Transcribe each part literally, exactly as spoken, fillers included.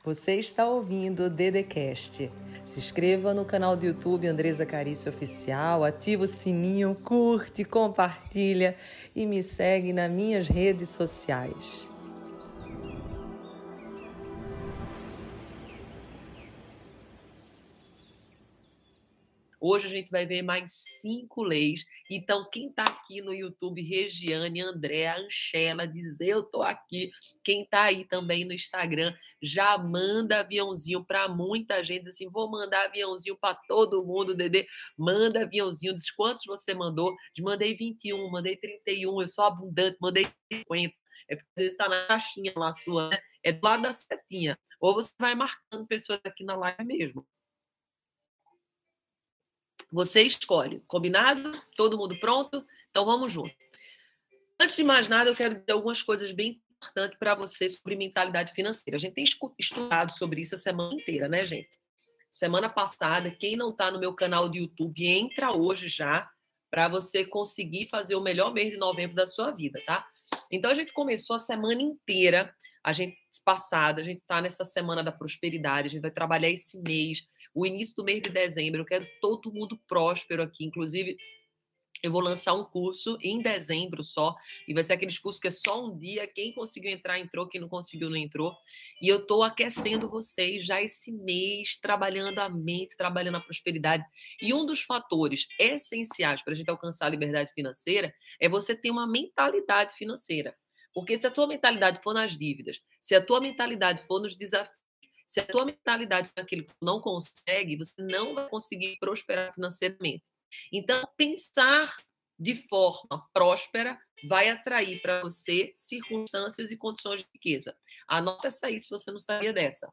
Você está ouvindo o Dedecast. Se inscreva no canal do YouTube Andresa Carício Oficial, ativa o sininho, curte, compartilha e me segue nas minhas redes sociais. Hoje a gente vai ver mais cinco leis. Então, quem está aqui no YouTube, Regiane, Andréa, Anchela, diz eu tô aqui. Quem está aí também no Instagram, já manda aviãozinho para muita gente. Assim, vou mandar aviãozinho para todo mundo, Dedê. Manda aviãozinho. Diz quantos você mandou. Diz, mandei vinte e um, mandei trinta e um, eu sou abundante, mandei cinquenta. É porque às vezes está na caixinha lá sua, né? É do lado da setinha. Ou você vai marcando pessoas aqui na live mesmo. Você escolhe. Combinado? Todo mundo pronto? Então vamos junto. Antes de mais nada, eu quero dizer algumas coisas bem importantes para você sobre mentalidade financeira. A gente tem estudado sobre isso a semana inteira, né, gente? Semana passada, quem não está no meu canal do YouTube, entra hoje já para você conseguir fazer o melhor mês de novembro da sua vida, tá? Então a gente começou a semana inteira, a gente passada, a gente está nessa semana da prosperidade, a gente vai trabalhar esse mês, o início do mês de dezembro. Eu quero todo mundo próspero aqui, inclusive eu vou lançar um curso em dezembro só, e vai ser aqueles cursos que é só um dia, quem conseguiu entrar, entrou, quem não conseguiu, não entrou. E eu estou aquecendo vocês já esse mês, trabalhando a mente, trabalhando a prosperidade. E um dos fatores essenciais para a gente alcançar a liberdade financeira é você ter uma mentalidade financeira. Porque se a tua mentalidade for nas dívidas, se a tua mentalidade for nos desafios, se a tua mentalidade for naquilo que tu não consegue, você não vai conseguir prosperar financeiramente. Então, pensar de forma próspera vai atrair para você circunstâncias e condições de riqueza. Anota essa aí se você não sabia dessa.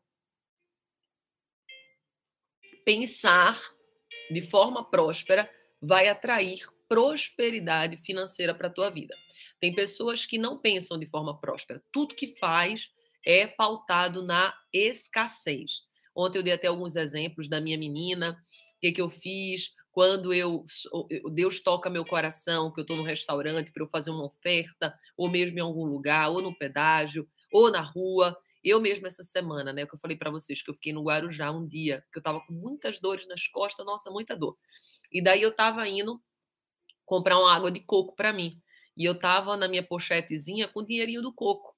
Pensar de forma próspera vai atrair prosperidade financeira para a tua vida. Tem pessoas que não pensam de forma próspera. Tudo que faz é pautado na escassez. Ontem eu dei até alguns exemplos da minha menina, o que, que eu fiz, quando eu, Deus toca meu coração, que eu estou no restaurante para eu fazer uma oferta, ou mesmo em algum lugar, ou no pedágio, ou na rua. Eu mesma essa semana, né, que eu falei para vocês, que eu fiquei no Guarujá um dia, que eu estava com muitas dores nas costas, nossa, muita dor. E daí eu estava indo comprar uma água de coco para mim. E eu estava na minha pochetezinha com o dinheirinho do coco.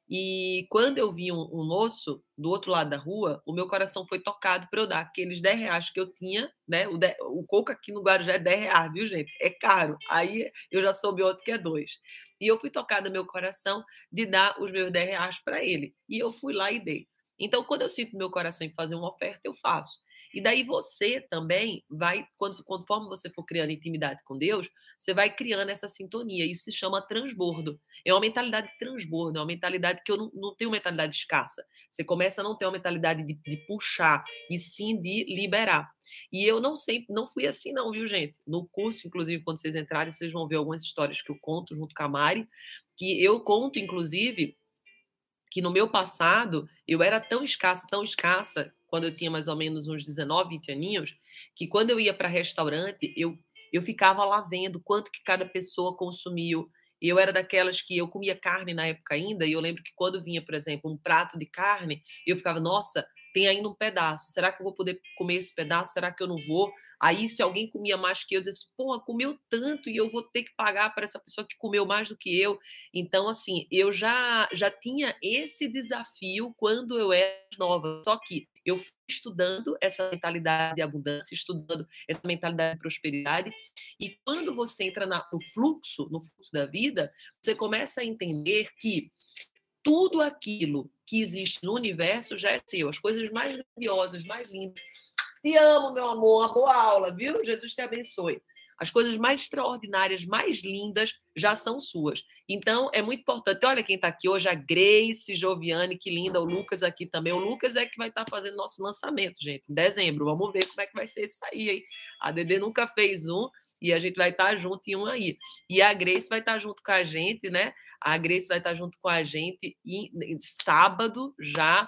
E quando eu vi um, um moço do outro lado da rua, o meu coração foi tocado para eu dar aqueles dez reais que eu tinha, né? O, de, o coco aqui no Guarujá é dez reais, viu, gente? É caro. Aí eu já soube outro que é dois. E eu fui tocada no meu coração de dar os meus dez reais para ele. E eu fui lá e dei. Então, quando eu sinto no meu coração em fazer uma oferta, eu faço. E daí você também vai, quando, conforme você for criando intimidade com Deus, você vai criando essa sintonia. Isso se chama transbordo. É uma mentalidade de transbordo, é uma mentalidade que eu não, não tenho mentalidade escassa. Você começa a não ter uma mentalidade de, de puxar, e sim de liberar. E eu não sei, não fui assim não, viu, gente? No curso, inclusive, quando vocês entrarem, vocês vão ver algumas histórias que eu conto junto com a Mari, que eu conto, inclusive, que no meu passado eu era tão escassa, tão escassa, quando eu tinha mais ou menos uns dezenove, vinte aninhos, que quando eu ia para restaurante, eu, eu ficava lá vendo quanto que cada pessoa consumiu. Eu era daquelas que eu comia carne na época ainda, e eu lembro que quando vinha, por exemplo, um prato de carne, eu ficava, nossa, tem ainda um pedaço, será que eu vou poder comer esse pedaço? Será que eu não vou? Aí, se alguém comia mais que eu, eu dizia, pô, comeu tanto e eu vou ter que pagar para essa pessoa que comeu mais do que eu. Então, assim, eu já, já tinha esse desafio quando eu era nova. Só que eu fui estudando essa mentalidade de abundância, estudando essa mentalidade de prosperidade, e quando você entra na, no fluxo, no fluxo da vida, você começa a entender que tudo aquilo que existe no universo já é seu. As coisas mais grandiosas, mais lindas. Te amo, meu amor. Uma boa aula, viu? Jesus te abençoe. As coisas mais extraordinárias, mais lindas, já são suas. Então, é muito importante. Olha quem está aqui hoje, a Grace Joviane, que linda. O Lucas aqui também. O Lucas é que vai estar tá fazendo nosso lançamento, gente, em dezembro. Vamos ver como é que vai ser isso aí, hein? A Dedê nunca fez um e a gente vai estar tá junto em um aí. E a Grace vai estar tá junto com a gente, né? A Grace vai estar tá junto com a gente em, em sábado já,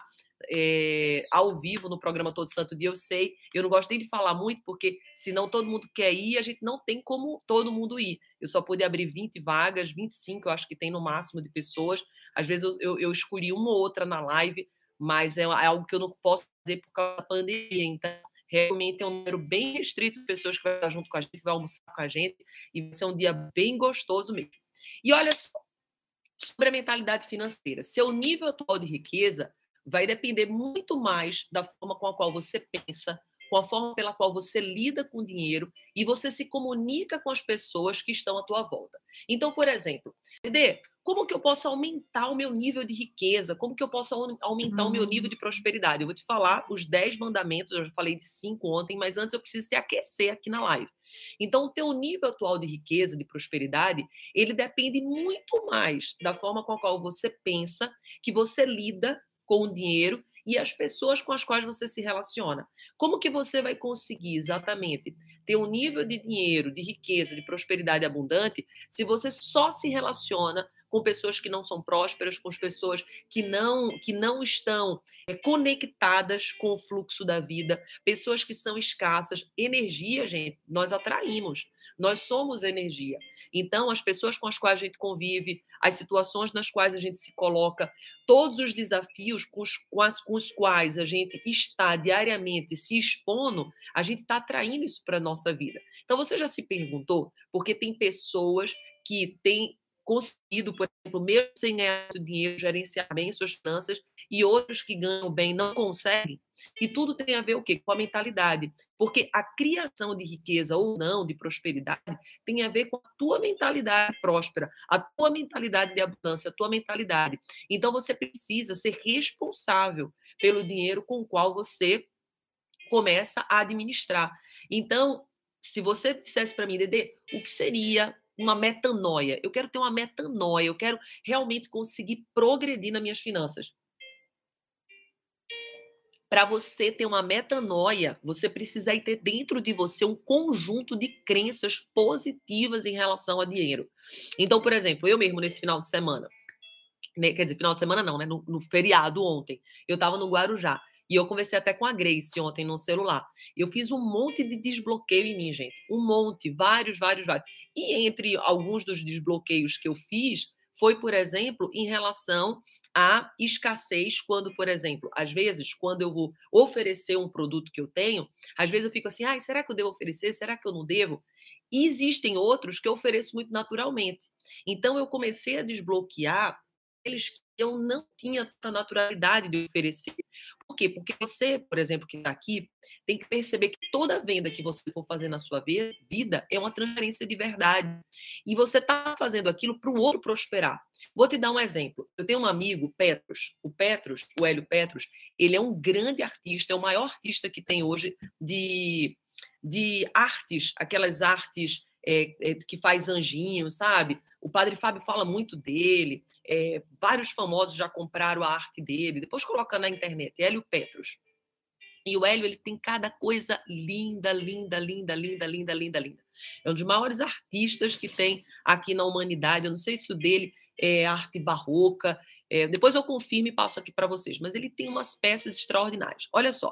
é, ao vivo no programa Todo Santo Dia. Eu sei, eu não gosto nem de falar muito, porque senão todo mundo quer ir, a gente não tem como todo mundo ir. Eu só pude abrir vinte vagas, vinte e cinco eu acho que tem no máximo de pessoas. Às vezes eu, eu, eu escolhi uma ou outra na live, mas é algo que eu não posso fazer por causa da pandemia. Então, realmente é um número bem restrito de pessoas que vai estar junto com a gente, que vai almoçar com a gente, e vai ser um dia bem gostoso mesmo. E olha só, sobre a mentalidade financeira. Seu nível atual de riqueza vai depender muito mais da forma com a qual você pensa, com a forma pela qual você lida com o dinheiro e você se comunica com as pessoas que estão à tua volta. Então, por exemplo, Dê, como que eu posso aumentar o meu nível de riqueza? Como que eu posso aumentar o meu nível de prosperidade? Eu vou te falar os dez mandamentos, eu já falei de cinco ontem, mas antes eu preciso te aquecer aqui na live. Então, o teu nível atual de riqueza, de prosperidade, ele depende muito mais da forma com a qual você pensa, que você lida com o dinheiro e as pessoas com as quais você se relaciona. Como que você vai conseguir exatamente ter um nível de dinheiro, de riqueza, de prosperidade abundante se você só se relaciona com pessoas que não são prósperas, com as pessoas que não, que não estão é, conectadas com o fluxo da vida, pessoas que são escassas. Energia, gente, nós atraímos. Nós somos energia. Então, as pessoas com as quais a gente convive, as situações nas quais a gente se coloca, todos os desafios com os, com as, com os quais a gente está diariamente se expondo, a gente está atraindo isso para a nossa vida. Então, você já se perguntou? Porque tem pessoas que têm conseguido, por exemplo, mesmo sem ganhar dinheiro, gerenciar bem suas finanças, e outros que ganham bem não conseguem. E tudo tem a ver o quê? Com a mentalidade. Porque a criação de riqueza ou não, de prosperidade, tem a ver com a tua mentalidade próspera, a tua mentalidade de abundância, a tua mentalidade. Então, você precisa ser responsável pelo dinheiro com o qual você começa a administrar. Então, se você dissesse para mim, Dedê, o que seria uma metanoia? Eu quero ter uma metanoia, eu quero realmente conseguir progredir nas minhas finanças. Para você ter uma metanoia, você precisa ter dentro de você um conjunto de crenças positivas em relação a dinheiro. Então, por exemplo, eu mesmo nesse final de semana, né, quer dizer, final de semana não, né? No, no feriado ontem, eu estava no Guarujá. E eu conversei até com a Grace ontem no celular. Eu fiz um monte de desbloqueio em mim, gente. Um monte, vários, vários, vários. E entre alguns dos desbloqueios que eu fiz, foi, por exemplo, em relação à escassez, quando, por exemplo, às vezes, quando eu vou oferecer um produto que eu tenho, às vezes eu fico assim, ah, será que eu devo oferecer? Será que eu não devo? E existem outros que eu ofereço muito naturalmente. Então, eu comecei a desbloquear aqueles que eu não tinha tanta naturalidade de oferecer. Por quê? Porque você, por exemplo, que está aqui, tem que perceber que toda venda que você for fazer na sua vida é uma transferência de verdade. E você está fazendo aquilo para o outro prosperar. Vou te dar um exemplo. Eu tenho um amigo, Petros. O Petros, o Hélio Petros, ele é um grande artista, é o maior artista que tem hoje de, de artes, aquelas artes É, é, que faz anjinho, sabe? O Padre Fábio fala muito dele, é, vários famosos já compraram a arte dele, depois coloca na internet, Hélio Petros. E o Hélio, ele tem cada coisa linda, linda, linda, linda, linda, linda, linda. É um dos maiores artistas que tem aqui na humanidade, eu não sei se o dele é arte barroca, é, depois eu confirmo e passo aqui para vocês, mas ele tem umas peças extraordinárias. Olha só,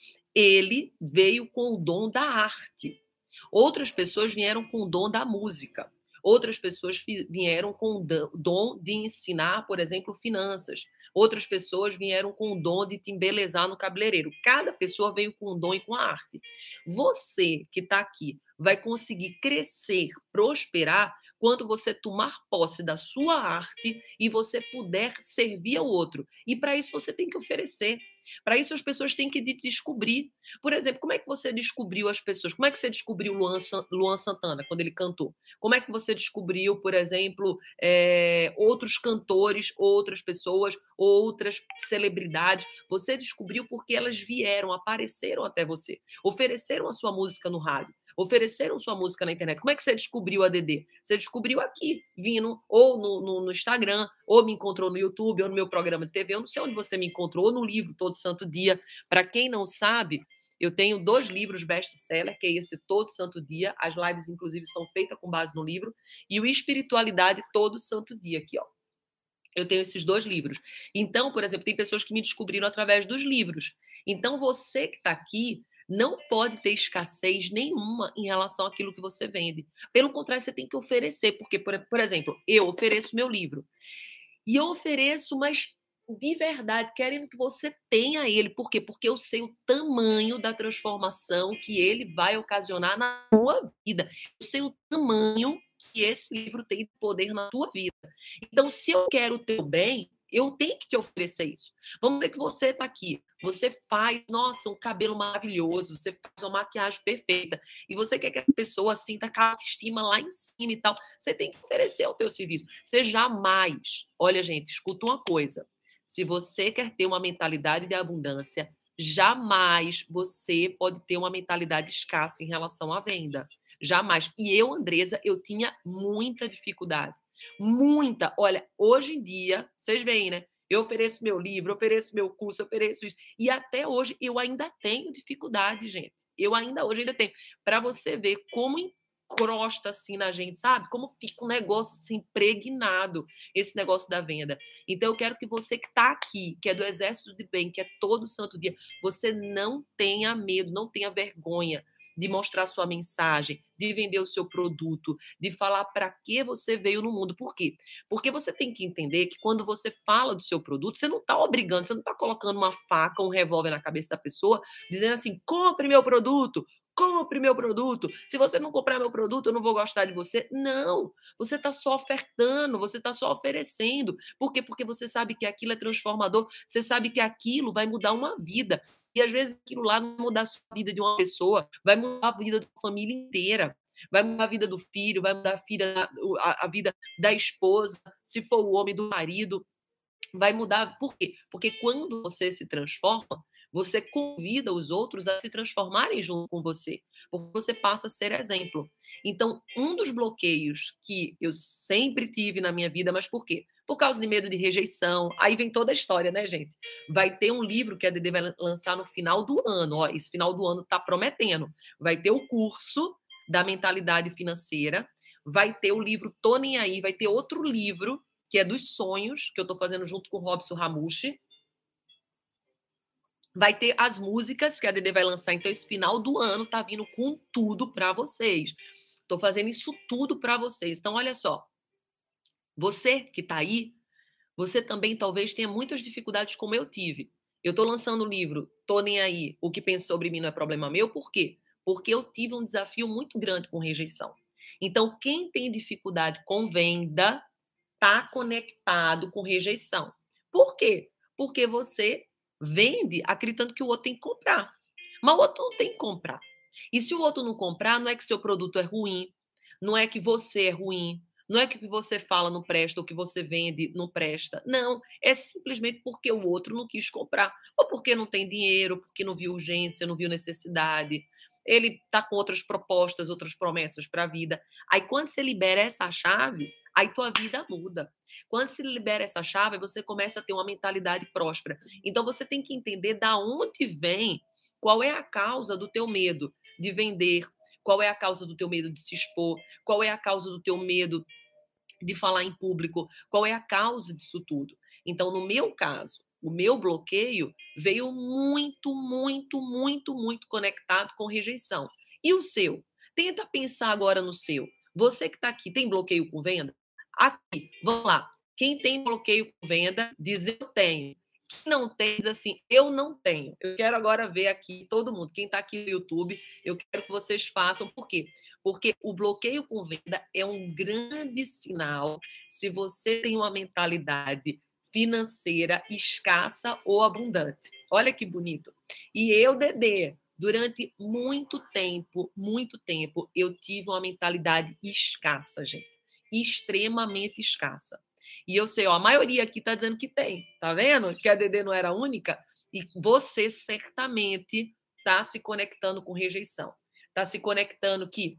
ele veio com o dom da arte. Outras pessoas vieram com o dom da música. Outras pessoas vieram com o dom de ensinar, por exemplo, finanças. Outras pessoas vieram com o dom de te embelezar no cabeleireiro. Cada pessoa veio com um dom e com a arte. Você que está aqui vai conseguir crescer, prosperar, quando você tomar posse da sua arte e você puder servir ao outro. E para isso você tem que oferecer. Para isso as pessoas têm que descobrir. Por exemplo, como é que você descobriu as pessoas? Como é que você descobriu Luan, Luan Santana quando ele cantou? Como é que você descobriu, por exemplo, é, outros cantores, outras pessoas, outras celebridades? Você descobriu porque elas vieram, apareceram até você, ofereceram a sua música no rádio, ofereceram sua música na internet. Como é que você descobriu a Dedê? Você descobriu aqui, vindo ou no, no, no Instagram, ou me encontrou no YouTube, ou no meu programa de T V, eu não sei onde você me encontrou, ou no livro Todo Santo Dia. Para quem não sabe, eu tenho dois livros best-seller, que é esse Todo Santo Dia, as lives, inclusive, são feitas com base no livro, e o Espiritualidade Todo Santo Dia, aqui, ó. Eu tenho esses dois livros. Então, por exemplo, tem pessoas que me descobriram através dos livros. Então, você que está aqui não pode ter escassez nenhuma em relação àquilo que você vende. Pelo contrário, você tem que oferecer, porque, por, por exemplo, eu ofereço meu livro. E eu ofereço, mas de verdade, querendo que você tenha ele. Por quê? Porque eu sei o tamanho da transformação que ele vai ocasionar na tua vida. Eu sei o tamanho que esse livro tem de poder na tua vida. Então, se eu quero o teu bem, eu tenho que te oferecer isso. Vamos dizer que você está aqui, você faz, nossa, um cabelo maravilhoso, você faz uma maquiagem perfeita, e você quer que a pessoa sinta a autoestima lá em cima e tal. Você tem que oferecer o teu serviço. Você jamais, olha, gente, escuta uma coisa. Se você quer ter uma mentalidade de abundância, jamais você pode ter uma mentalidade escassa em relação à venda. Jamais. E eu, Andresa, eu tinha muita dificuldade. Muita. Olha, hoje em dia, vocês veem, né? Eu ofereço meu livro, ofereço meu curso, ofereço isso. E até hoje eu ainda tenho dificuldade, gente. Eu ainda hoje ainda tenho. Para você ver como encrosta assim na gente, sabe? Como fica um negócio assim impregnado, esse negócio da venda. Então eu quero que você que está aqui, que é do Exército de Bem, que é todo santo dia, você não tenha medo, não tenha vergonha de mostrar sua mensagem, de vender o seu produto, de falar para que você veio no mundo. Por quê? Porque você tem que entender que quando você fala do seu produto, você não está obrigando, você não está colocando uma faca, um revólver na cabeça da pessoa, dizendo assim, compre meu produto, compre meu produto. Se você não comprar meu produto, eu não vou gostar de você. Não, você está só ofertando, você está só oferecendo. Por quê? Porque você sabe que aquilo é transformador, você sabe que aquilo vai mudar uma vida. E às vezes aquilo lá não vai mudar a vida de uma pessoa, vai mudar a vida da família inteira. Vai mudar a vida do filho, vai mudar a, filha, a, a vida da esposa, se for o homem do marido, vai mudar. Por quê? Porque quando você se transforma, você convida os outros a se transformarem junto com você, porque você passa a ser exemplo. Então, um dos bloqueios que eu sempre tive na minha vida, mas por quê? Por causa de medo de rejeição. Aí vem toda a história, né, gente? Vai ter um livro que a Dedê vai lançar no final do ano. Ó, esse final do ano tá prometendo. Vai ter o curso da mentalidade financeira, vai ter o livro Tô Nem Aí, vai ter outro livro que é dos sonhos, que eu estou fazendo junto com o Robson Ramushi. Vai ter as músicas que a Dedê vai lançar. Então, esse final do ano tá vindo com tudo para vocês. Estou fazendo isso tudo para vocês. Então, olha só. Você que está aí, você também talvez tenha muitas dificuldades como eu tive. Eu estou lançando o livro Tô Nem Aí, O que Pensa Sobre Mim Não É Problema Meu. Por quê? Porque eu tive um desafio muito grande com rejeição. Então, quem tem dificuldade com venda está conectado com rejeição. Por quê? Porque você vende acreditando que o outro tem que comprar. Mas o outro não tem que comprar. E se o outro não comprar, não é que seu produto é ruim, não é que você é ruim, não é que o que você fala não presta, ou o que você vende não presta. Não, é simplesmente porque o outro não quis comprar. Ou porque não tem dinheiro, porque não viu urgência, não viu necessidade. Ele está com outras propostas, outras promessas para a vida. Aí, quando você libera essa chave, aí tua vida muda. Quando se libera essa chave, você começa a ter uma mentalidade próspera. Então, você tem que entender da onde vem, qual é a causa do teu medo de vender, qual é a causa do teu medo de se expor, qual é a causa do teu medo de falar em público, qual é a causa disso tudo. Então, no meu caso, o meu bloqueio veio muito, muito, muito, muito conectado com rejeição. E o seu? Tenta pensar agora no seu. Você que está aqui, tem bloqueio com venda? Aqui, vamos lá. Quem tem bloqueio com venda, diz eu tenho. Quem não tem, diz assim, eu não tenho. Eu quero agora ver aqui todo mundo. Quem está aqui no YouTube, eu quero que vocês façam. Por quê? Porque o bloqueio com venda é um grande sinal se você tem uma mentalidade financeira escassa ou abundante. Olha que bonito. E eu, Dedê, durante muito tempo, muito tempo, eu tive uma mentalidade escassa, gente. Extremamente escassa. E eu sei, ó, a maioria aqui está dizendo que tem. Tá vendo? Que a Dedê não era a única. E você certamente está se conectando com rejeição. Está se conectando que,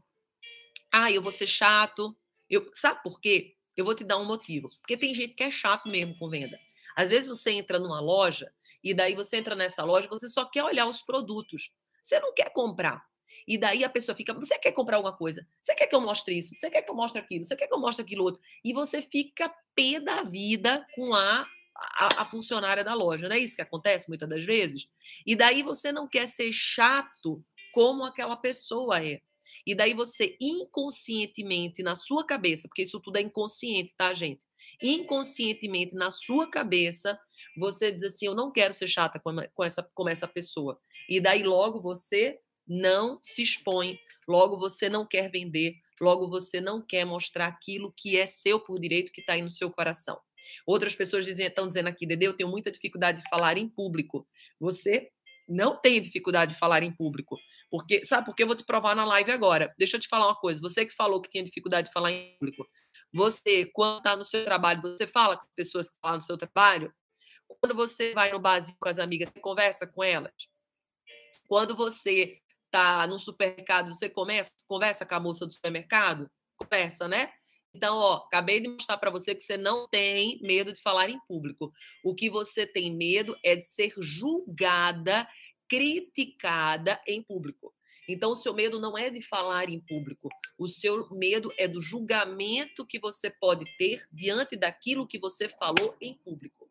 ah, eu vou ser chato. Eu... Sabe por quê? Eu vou te dar um motivo. Porque tem gente que é chato mesmo com venda. Às vezes você entra numa loja e daí você entra nessa loja e você só quer olhar os produtos. Você não quer comprar. E daí a pessoa fica, você quer comprar alguma coisa? Você quer que eu mostre isso? Você quer que eu mostre aquilo? Você quer que eu mostre aquilo outro? E você fica pé da vida com a, a, a funcionária da loja. Não é isso que acontece muitas das vezes? E daí você não quer ser chato como aquela pessoa é. E daí você inconscientemente na sua cabeça, porque isso tudo é inconsciente, tá, gente? Inconscientemente na sua cabeça, você diz assim, eu não quero ser chata com, com, essa, com essa pessoa. E daí logo você não se expõe, logo você não quer vender, logo você não quer mostrar aquilo que é seu por direito, que está aí no seu coração. Outras pessoas dizem, estão dizendo aqui, Dedê, eu tenho muita dificuldade de falar em público. Você não tem dificuldade de falar em público. Porque, sabe por que eu vou te provar na live agora? Deixa eu te falar uma coisa. Você que falou que tinha dificuldade de falar em público, você, quando está no seu trabalho, você fala com as pessoas que estão lá no seu trabalho? Quando você vai no barzinho com as amigas, você conversa com elas? Quando você está no supermercado, você começa, conversa com a moça do supermercado? Conversa, né? Então, ó, acabei de mostrar para você que você não tem medo de falar em público. O que você tem medo é de ser julgada, criticada em público. Então, o seu medo não é de falar em público. O seu medo é do julgamento que você pode ter diante daquilo que você falou em público.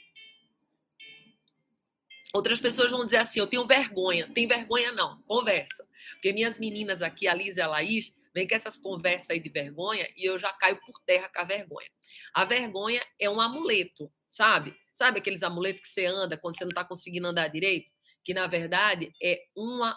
Outras pessoas vão dizer assim, eu tenho vergonha. Tem vergonha não, conversa. Porque minhas meninas aqui, a Liz e a Laís, vem com essas conversas aí de vergonha e eu já caio por terra com a vergonha. A vergonha é um amuleto, sabe? Sabe aqueles amuletos que você anda quando você não está conseguindo andar direito? Que, na verdade, é uma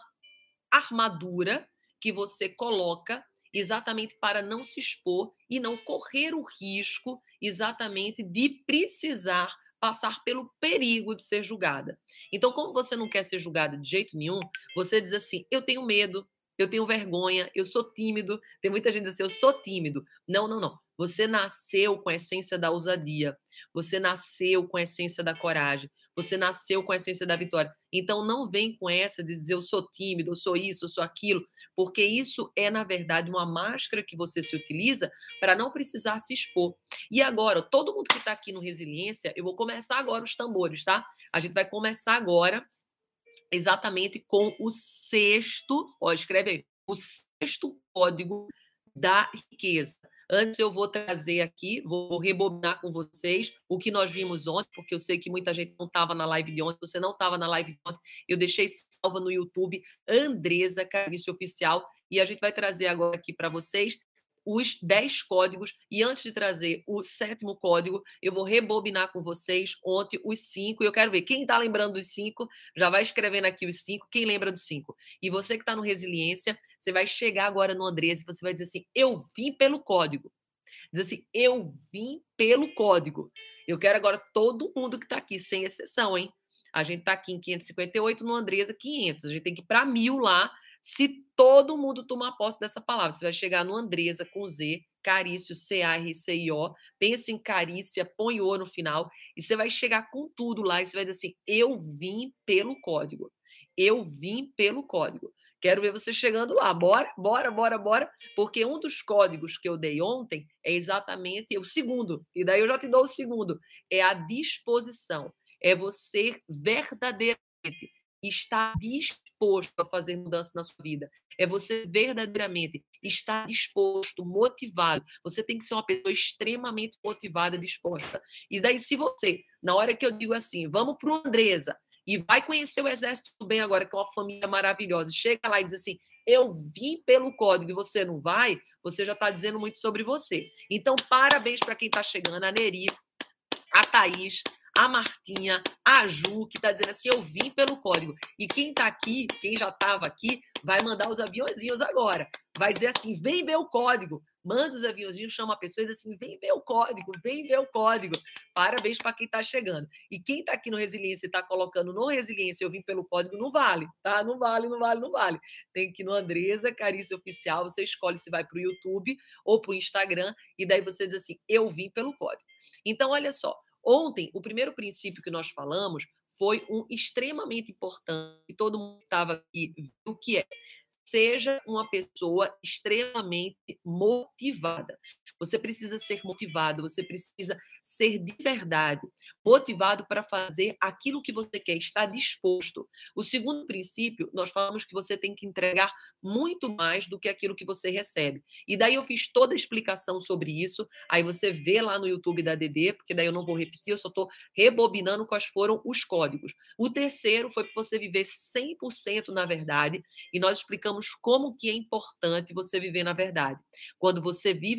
armadura que você coloca exatamente para não se expor e não correr o risco exatamente de precisar passar pelo perigo de ser julgada. Então, como você não quer ser julgada de jeito nenhum, você diz assim, eu tenho medo, eu tenho vergonha, eu sou tímido. Tem muita gente assim, eu sou tímido. Não, não, não. Você nasceu com a essência da ousadia. Você nasceu com a essência da coragem. Você nasceu com a essência da vitória. Então, não vem com essa de dizer eu sou tímido, eu sou isso, eu sou aquilo, porque isso é, na verdade, uma máscara que você se utiliza para não precisar se expor. E agora, todo mundo que está aqui no Resiliência, eu vou começar agora os tambores, tá? A gente vai começar agora exatamente com o sexto, ó, escreve aí, o sexto código da riqueza. Antes eu vou trazer aqui, vou rebobinar com vocês o que nós vimos ontem, porque eu sei que muita gente não estava na live de ontem, você não estava na live de ontem, eu deixei salva no YouTube, Andresa Carício Oficial, e a gente vai trazer agora aqui para vocês os dez códigos, e antes de trazer o sétimo código, eu vou rebobinar com vocês ontem os cinco, e eu quero ver quem está lembrando dos cinco, já vai escrevendo aqui os cinco, quem lembra dos cinco. E você que está no Resiliência, você vai chegar agora no Andresa e você vai dizer assim, eu vim pelo código. Diz assim, eu vim pelo código. Eu quero agora todo mundo que está aqui, sem exceção, hein? A gente está aqui em quinhentos e cinquenta e oito, no Andresa quinhentos. A gente tem que ir para mil lá, se todo mundo tomar posse dessa palavra. Você vai chegar no Andresa com Z, Carício, C A R C I O, pensa em carícia, põe O no final, e você vai chegar com tudo lá e você vai dizer assim, eu vim pelo código. Eu vim pelo código. Quero ver você chegando lá. Bora, bora, bora, bora. Porque um dos códigos que eu dei ontem é exatamente o segundo. E daí eu já te dou o segundo. É a disposição. É você verdadeiramente estar disposto a fazer mudança na sua vida. É você verdadeiramente estar disposto, motivado. Você tem que ser uma pessoa extremamente motivada, disposta. E daí, se você, na hora que eu digo assim, vamos para o Andresa, e vai conhecer o Exército do Bem agora, que é uma família maravilhosa, chega lá e diz assim, eu vim pelo código e você não vai, você já está dizendo muito sobre você. Então, parabéns para quem está chegando, a Neri, a Thaís, a Martinha, a Ju, que está dizendo assim, eu vim pelo código. E quem está aqui, quem já estava aqui, vai mandar os aviãozinhos agora. Vai dizer assim, vem ver o código. Manda os aviãozinhos, chama a pessoa e diz assim, vem ver o código, vem ver o código. Parabéns para quem está chegando. E quem está aqui no Resiliência e está colocando no Resiliência, eu vim pelo código, não vale, tá? Não vale, não vale, não vale. Tem que ir no Andresa Carício Oficial, você escolhe se vai para o YouTube ou para o Instagram, e daí você diz assim, eu vim pelo código. Então, olha só, ontem, o primeiro princípio que nós falamos foi um extremamente importante, que todo mundo que estava aqui viu o que é. Seja uma pessoa extremamente motivada. Você precisa ser motivado, você precisa ser de verdade motivado para fazer aquilo que você quer, estar disposto. O segundo princípio, nós falamos que você tem que entregar muito mais do que aquilo que você recebe. E daí eu fiz toda a explicação sobre isso, aí você vê lá no YouTube da D D, porque daí eu não vou repetir, eu só estou rebobinando quais foram os códigos. O terceiro foi para você viver cem por cento na verdade, e nós explicamos como que é importante você viver na verdade. Quando você vive na verdade,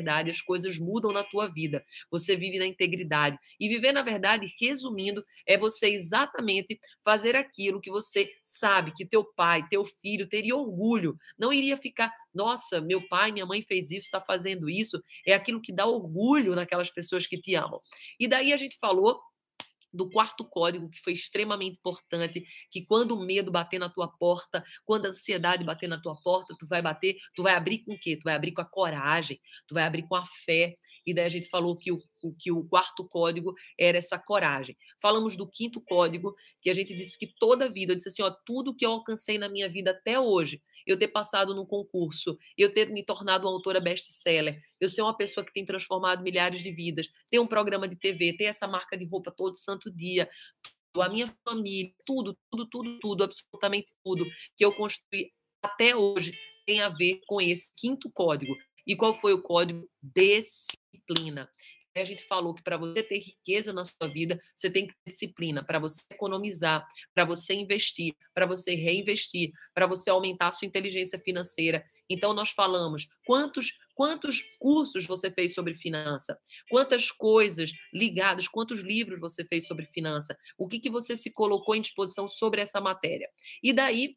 verdade, as coisas mudam na tua vida. Você vive na integridade. E viver na verdade, resumindo, é você exatamente fazer aquilo que você sabe que teu pai, teu filho teria orgulho. Não iria ficar, nossa, meu pai, minha mãe fez isso, está fazendo isso. É aquilo que dá orgulho naquelas pessoas que te amam. E daí a gente falou do quarto código, que foi extremamente importante, que quando o medo bater na tua porta, quando a ansiedade bater na tua porta, tu vai bater, tu vai abrir com o quê? Tu vai abrir com a coragem, tu vai abrir com a fé. E daí a gente falou que o, o, que o quarto código era essa coragem. Falamos do quinto código, que a gente disse que toda a vida, eu disse assim, ó, tudo que eu alcancei na minha vida até hoje, eu ter passado num concurso, eu ter me tornado uma autora best-seller, eu ser uma pessoa que tem transformado milhares de vidas, ter um programa de T V, ter essa marca de roupa todo santo dia, a minha família, tudo, tudo, tudo, tudo, absolutamente tudo que eu construí até hoje tem a ver com esse quinto código. E qual foi o código? Disciplina. A gente falou que para você ter riqueza na sua vida, você tem que ter disciplina, para você economizar, para você investir, para você reinvestir, para você aumentar a sua inteligência financeira. Então, nós falamos quantos, quantos cursos você fez sobre finança, quantas coisas ligadas, quantos livros você fez sobre finança, o que, que você se colocou em disposição sobre essa matéria. E daí,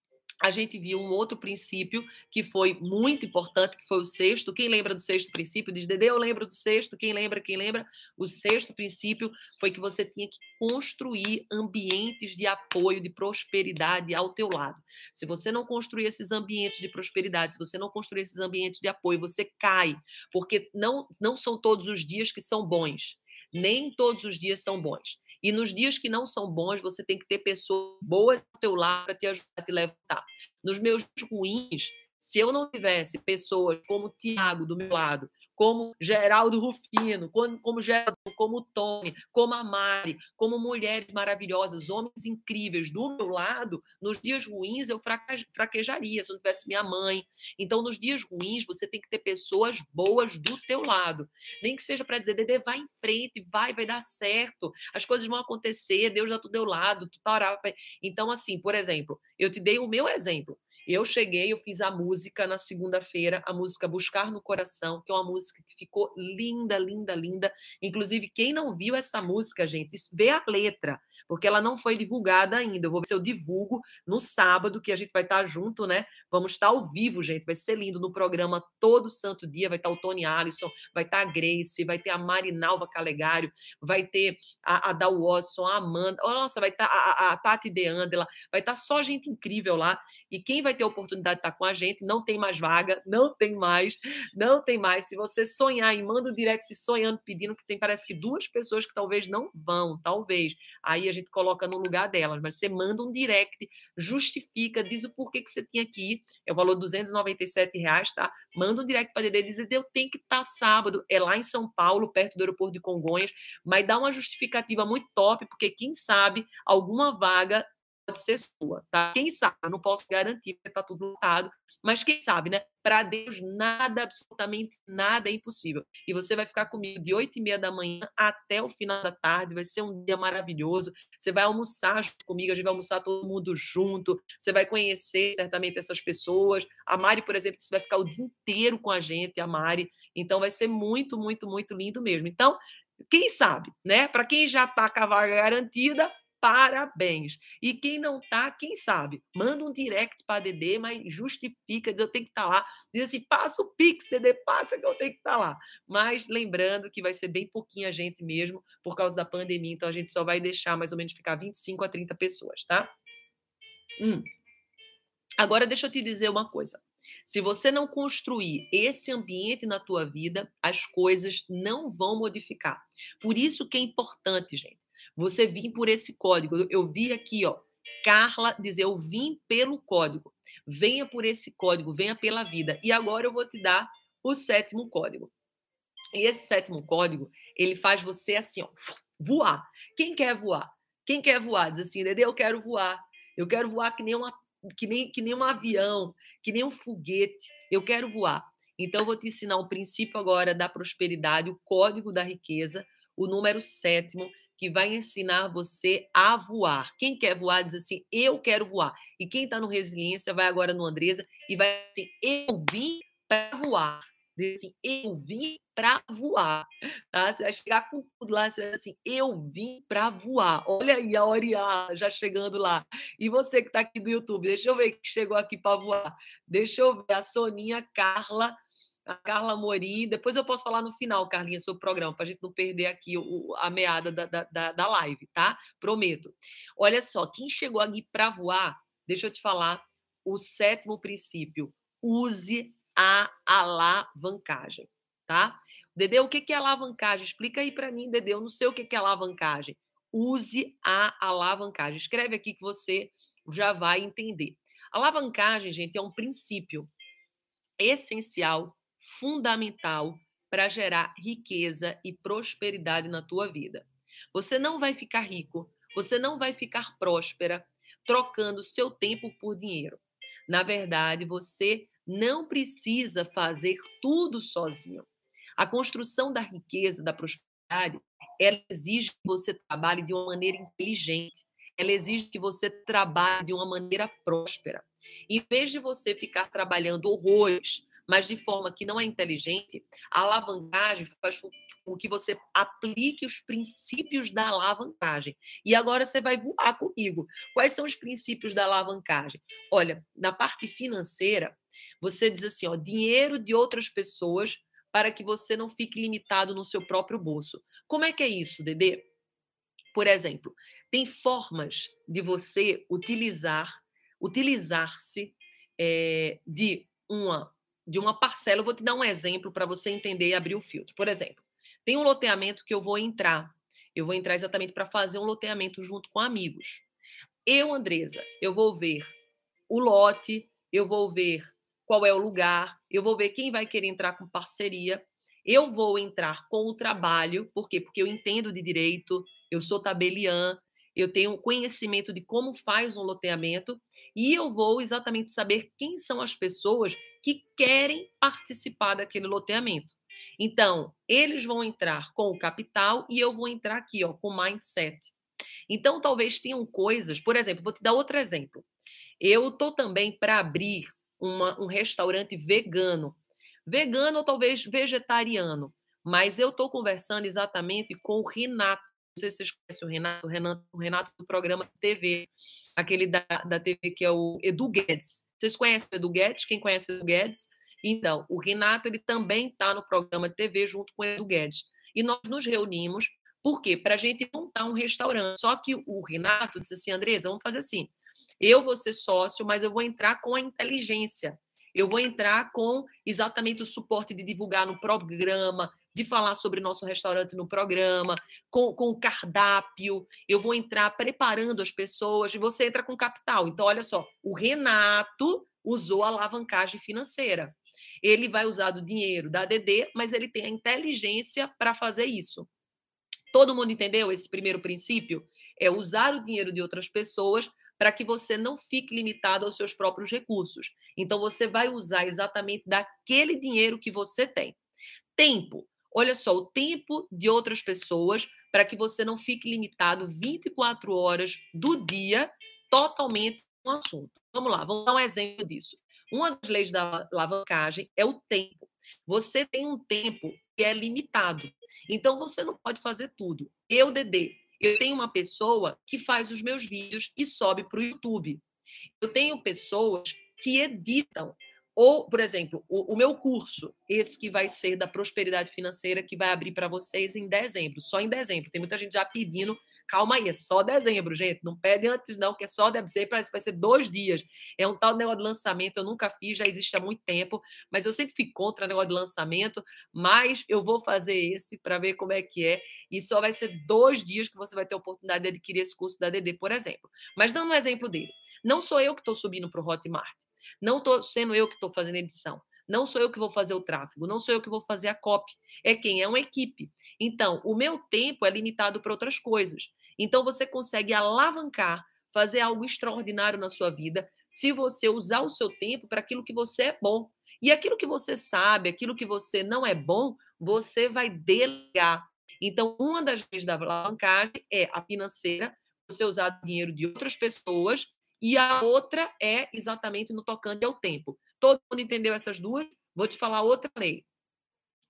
a gente viu um outro princípio que foi muito importante, que foi o sexto. Quem lembra do sexto princípio? Diz, Dedê, eu lembro do sexto. Quem lembra? Quem lembra? O sexto princípio foi que você tinha que construir ambientes de apoio, de prosperidade ao teu lado. Se você não construir esses ambientes de prosperidade, se você não construir esses ambientes de apoio, você cai, porque não, não são todos os dias que são bons. Nem todos os dias são bons. E nos dias que não são bons, você tem que ter pessoas boas ao teu lado para te ajudar a te levantar. Nos meus ruins, se eu não tivesse pessoas como o Tiago do meu lado, como Geraldo Rufino, como, como Geraldo, como o Tony, como a Mari, como mulheres maravilhosas, homens incríveis do meu lado, nos dias ruins eu fraquejaria se eu não tivesse minha mãe. Então, nos dias ruins, você tem que ter pessoas boas do teu lado. Nem que seja para dizer, Dedê, vai em frente, vai, vai dar certo, as coisas vão acontecer, Deus está do teu lado, tu tá orava. Então, assim, por exemplo, eu te dei o meu exemplo. Eu cheguei, eu fiz a música na segunda-feira, a música Buscar no Coração, que é uma música que ficou linda, linda, linda. Inclusive, quem não viu essa música, gente, vê a letra, porque ela não foi divulgada ainda. Eu vou ver se eu divulgo no sábado, que a gente vai estar junto, né? Vamos estar ao vivo, gente. Vai ser lindo no programa todo santo dia. Vai estar o Tony Allison, vai estar a Grace, vai ter a Marinalva Calegário, vai ter a, a Dal Watson, a Amanda. Oh, nossa, vai estar a, a, a Tati De Andela, vai estar só gente incrível lá. E quem vai ter a oportunidade de estar com a gente, não tem mais vaga, não tem mais, não tem mais. Se você sonhar e manda o direct sonhando, pedindo, que tem, parece que duas pessoas que talvez não vão, talvez. Aí a gente coloca no lugar delas, mas você manda um direct, justifica, diz o porquê que você tinha que ir, é o valor de duzentos e noventa e sete reais, tá? Manda um direct para Dedê, diz, Dedê, eu tenho que estar sábado, é lá em São Paulo, perto do aeroporto de Congonhas, mas dá uma justificativa muito top, porque quem sabe alguma vaga pode ser sua, tá? Quem sabe, eu não posso garantir, porque tá tudo lotado, mas quem sabe, né? Para Deus, nada, absolutamente nada é impossível. E você vai ficar comigo de oito e meia da manhã até o final da tarde, vai ser um dia maravilhoso. Você vai almoçar junto comigo, a gente vai almoçar todo mundo junto, você vai conhecer certamente essas pessoas. A Mari, por exemplo, você vai ficar o dia inteiro com a gente, a Mari. Então vai ser muito, muito, muito lindo mesmo. Então, quem sabe, né? Para quem já está com a vaga garantida, parabéns. E quem não tá, quem sabe? Manda um direct para a Dedê, mas justifica, diz eu tenho que estar lá. Diz assim, passa o Pix, Dedê, passa que eu tenho que estar lá. Mas lembrando que vai ser bem pouquinha gente mesmo, por causa da pandemia, então a gente só vai deixar mais ou menos ficar vinte e cinco a trinta pessoas, tá? Hum. Agora deixa eu te dizer uma coisa. Se você não construir esse ambiente na tua vida, as coisas não vão modificar. Por isso que é importante, gente, você vir por esse código. Eu vi aqui, ó, Carla dizer, eu vim pelo código. Venha por esse código, venha pela vida. E agora eu vou te dar o sétimo código. E esse sétimo código, ele faz você assim, ó, voar. Quem quer voar? Quem quer voar? Diz assim, Dedê, eu quero voar. Eu quero voar que nem, uma, que, nem, que nem um avião, que nem um foguete. Eu quero voar. Então, eu vou te ensinar o princípio agora da prosperidade, o código da riqueza, o número sétimo, que vai ensinar você a voar. Quem quer voar diz assim, eu quero voar. E quem está no Resiliência vai agora no Andresa e vai dizer, eu vim para voar. Diz assim: "Eu vim para voar", tá? Você vai chegar com tudo lá, você vai dizer assim: "Eu vim para voar". Olha aí a Oriana já chegando lá. E você que está aqui do YouTube, deixa eu ver quem chegou aqui para voar. Deixa eu ver, a Soninha, Carla, a Carla Amorim. Depois eu posso falar no final, Carlinha, sobre o programa, para a gente não perder aqui o a meada da da da da live, tá? Prometo. Olha só, quem chegou aqui para voar, deixa eu te falar o sétimo princípio: use a alavancagem, tá? Dedê, o que que é alavancagem? Explica aí para mim, Dedê, eu não sei o que que é alavancagem. Use a alavancagem. Escreve aqui que você já vai entender. Alavancagem, gente, é um princípio essencial, fundamental para gerar riqueza e prosperidade na tua vida. Você não vai ficar rico, você não vai ficar próspera trocando seu tempo por dinheiro. Na verdade, você não precisa fazer tudo sozinho. A construção da riqueza, da prosperidade, ela exige que você trabalhe de uma maneira inteligente. Ela exige que você trabalhe de uma maneira próspera. Em vez de você ficar trabalhando horrores, mas de forma que não é inteligente, a alavancagem faz com que você aplique os princípios da alavancagem. E agora você vai voar comigo. Quais são os princípios da alavancagem? Olha, na parte financeira, você diz assim, ó, dinheiro de outras pessoas para que você não fique limitado no seu próprio bolso. Como é que é isso, Dedê? Por exemplo, tem formas de você utilizar, utilizar-se é, de uma de uma parcela. Eu vou te dar um exemplo para você entender e abrir o filtro. Por exemplo, tem um loteamento que eu vou entrar. Eu vou entrar exatamente para fazer um loteamento junto com amigos. Eu, Andresa, eu vou ver o lote, eu vou ver qual é o lugar, eu vou ver quem vai querer entrar com parceria, eu vou entrar com o trabalho, por quê? Porque eu entendo de direito, eu sou tabeliã, eu tenho conhecimento de como faz um loteamento e eu vou exatamente saber quem são as pessoas que querem participar daquele loteamento. Então, eles vão entrar com o capital e eu vou entrar aqui, ó, com o mindset. Então, talvez tenham coisas, por exemplo, vou te dar outro exemplo. Eu estou também para abrir uma, um restaurante vegano. Vegano ou talvez vegetariano. Mas eu estou conversando exatamente com o Renato. Não sei se vocês conhecem o Renato, o Renato, o Renato do programa de T V, aquele da, da T V que é o Edu Guedes. Vocês conhecem o Edu Guedes? Quem conhece o Edu Guedes? Então, o Renato ele também está no programa de T V junto com o Edu Guedes. E nós nos reunimos, por quê? Para a gente montar um restaurante. Só que o Renato disse assim, Andresa, vamos fazer assim, eu vou ser sócio, mas eu vou entrar com a inteligência. Eu vou entrar com exatamente o suporte de divulgar no programa, de falar sobre nosso restaurante no programa, com, com o cardápio. Eu vou entrar preparando as pessoas e você entra com capital. Então, olha só, o Renato usou a alavancagem financeira. Ele vai usar do dinheiro da D D, mas ele tem a inteligência para fazer isso. Todo mundo entendeu esse primeiro princípio? É usar o dinheiro de outras pessoas para que você não fique limitado aos seus próprios recursos. Então, você vai usar exatamente daquele dinheiro que você tem. Tempo. Olha só, o tempo de outras pessoas para que você não fique limitado vinte e quatro horas do dia totalmente no assunto. Vamos lá, vamos dar um exemplo disso. Uma das leis da alavancagem é o tempo. Você tem um tempo que é limitado. Então, você não pode fazer tudo. Eu, Dedê, eu tenho uma pessoa que faz os meus vídeos e sobe para o YouTube. Eu tenho pessoas que editam. Ou, por exemplo, o, o meu curso, esse que vai ser da prosperidade financeira, que vai abrir para vocês em dezembro, só em dezembro. Tem muita gente já pedindo, calma aí, é só dezembro, gente. Não pede antes, não, que é só dezembro, parece que vai ser dois dias. É um tal negócio de lançamento, eu nunca fiz, já existe há muito tempo, mas eu sempre fui contra o negócio de lançamento, mas eu vou fazer esse para ver como é que é. E só vai ser dois dias que você vai ter a oportunidade de adquirir esse curso da D D, por exemplo. Mas dando um exemplo dele, não sou eu que estou subindo para o Hotmart. Não estou sendo eu que estou fazendo edição. Não sou eu que vou fazer o tráfego. Não sou eu que vou fazer a copy. É quem? É uma equipe. Então, o meu tempo é limitado para outras coisas. Então, você consegue alavancar, fazer algo extraordinário na sua vida se você usar o seu tempo para aquilo que você é bom. E aquilo que você sabe, aquilo que você não é bom, você vai delegar. Então, uma das leis da alavancagem é a financeira, você usar dinheiro de outras pessoas. E a outra é exatamente no tocante ao tempo. Todo mundo entendeu essas duas? Vou te falar outra lei.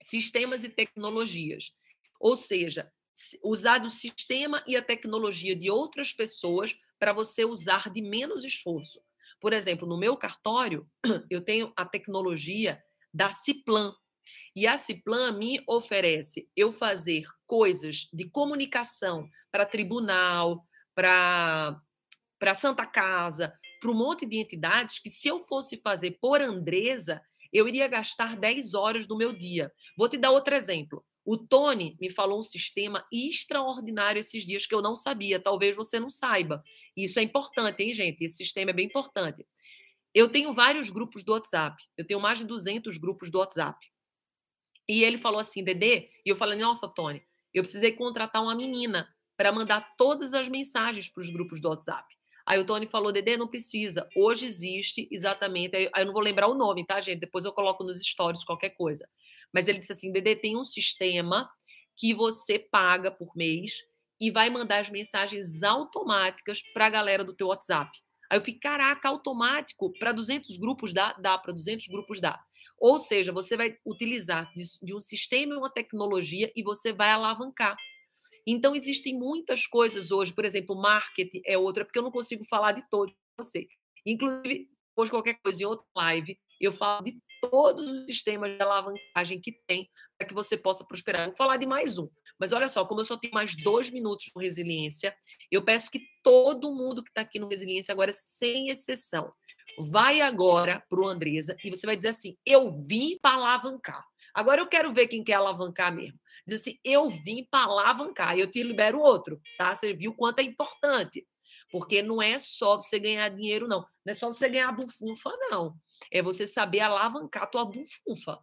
sistemas e tecnologias. Ou seja, usar o sistema e a tecnologia de outras pessoas para você usar de menos esforço. Por exemplo, no meu cartório, eu tenho a tecnologia da Ciplan. E a Ciplan me oferece eu fazer coisas de comunicação para tribunal, para para Santa Casa, para um monte de entidades que, se eu fosse fazer por Andresa, eu iria gastar dez horas do meu dia. Vou te dar outro exemplo. O Tony me falou um sistema extraordinário esses dias que eu não sabia. Talvez você não saiba. Isso é importante, hein, gente? Esse sistema é bem importante. Eu tenho vários grupos do WhatsApp. Eu tenho mais de duzentos grupos do WhatsApp. E ele falou assim, Dedê, e eu falei, nossa, Tony, eu precisei contratar uma menina para mandar todas as mensagens para os grupos do WhatsApp. Aí o Tony falou, Dedê, não precisa. Hoje existe exatamente, aí eu não vou lembrar o nome, tá, gente? Depois eu coloco nos stories qualquer coisa. Mas ele disse assim, Dedê, tem um sistema que você paga por mês e vai mandar as mensagens automáticas para a galera do teu WhatsApp. Aí eu fiquei, caraca, automático, para duzentos grupos dá? Dá, para duzentos grupos dá. Ou seja, você vai utilizar de um sistema e uma tecnologia e você vai alavancar. Então, existem muitas coisas hoje, por exemplo, marketing é outra, porque eu não consigo falar de todos para você. Inclusive, depois qualquer coisa em outra live, eu falo de todos os sistemas de alavancagem que tem para que você possa prosperar. Vou falar de mais um. Mas olha só, como eu só tenho mais dois minutos no Resiliência, eu peço que todo mundo que está aqui no Resiliência agora, sem exceção, vai agora para o Andresa e você vai dizer assim, eu vim para alavancar. Agora eu quero ver quem quer alavancar mesmo. Diz assim, eu vim para alavancar. Eu te libero outro, tá? Você viu o quanto é importante. Porque não é só você ganhar dinheiro, não. Não é só você ganhar bufunfa, não. É você saber alavancar a tua bufunfa.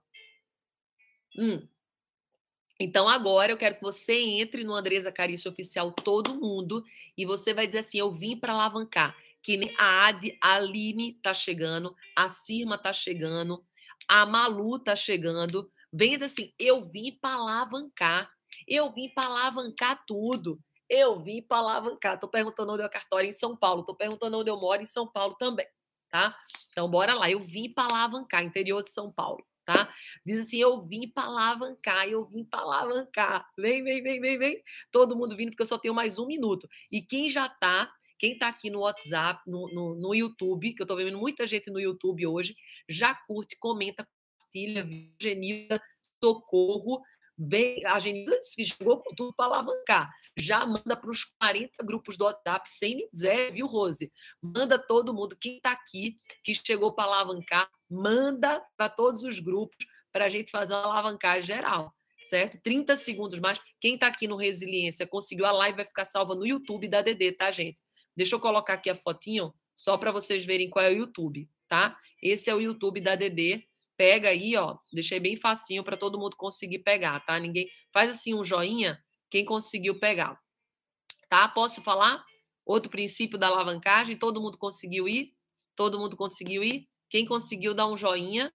Hum. Então, agora eu quero que você entre no Andresa Carício Oficial, todo mundo, e você vai dizer assim, eu vim para alavancar. Que nem a Adi, a Aline tá chegando, a Sirma tá chegando, a Malu tá chegando. Vem dizer assim, eu vim para alavancar. Eu vim para alavancar tudo. Eu vim para alavancar. Tô perguntando onde é o cartório em São Paulo. Tô perguntando onde eu moro em São Paulo também, tá? Então, bora lá. Eu vim para alavancar, interior de São Paulo. Tá? Diz assim, eu vim para alavancar, eu vim para alavancar. Vem, vem, vem, vem, vem. Todo mundo vindo, porque eu só tenho mais um minuto. E quem já tá, quem tá aqui no WhatsApp, no, no, no YouTube, que eu tô vendo muita gente no YouTube hoje, já curte, comenta, compartilha, Genilda, socorro. Vem, a Genilda disse que chegou com tudo para alavancar. Já manda para os quarenta grupos do WhatsApp, sem me dizer, viu, Rose? Manda todo mundo. Quem está aqui, que chegou para alavancar, manda para todos os grupos para a gente fazer uma alavancagem geral, certo? trinta segundos mais. Quem está aqui no Resiliência conseguiu a live, vai ficar salva no YouTube da Dedê, tá, gente? Deixa eu colocar aqui a fotinho, só para vocês verem qual é o YouTube, tá? Esse é o YouTube da Dedê. Pega aí, ó, deixei bem facinho para todo mundo conseguir pegar, tá? Ninguém faz assim um joinha, quem conseguiu pegar, tá? Posso falar? Outro princípio da alavancagem, todo mundo conseguiu ir? Todo mundo conseguiu ir? Quem conseguiu dar um joinha?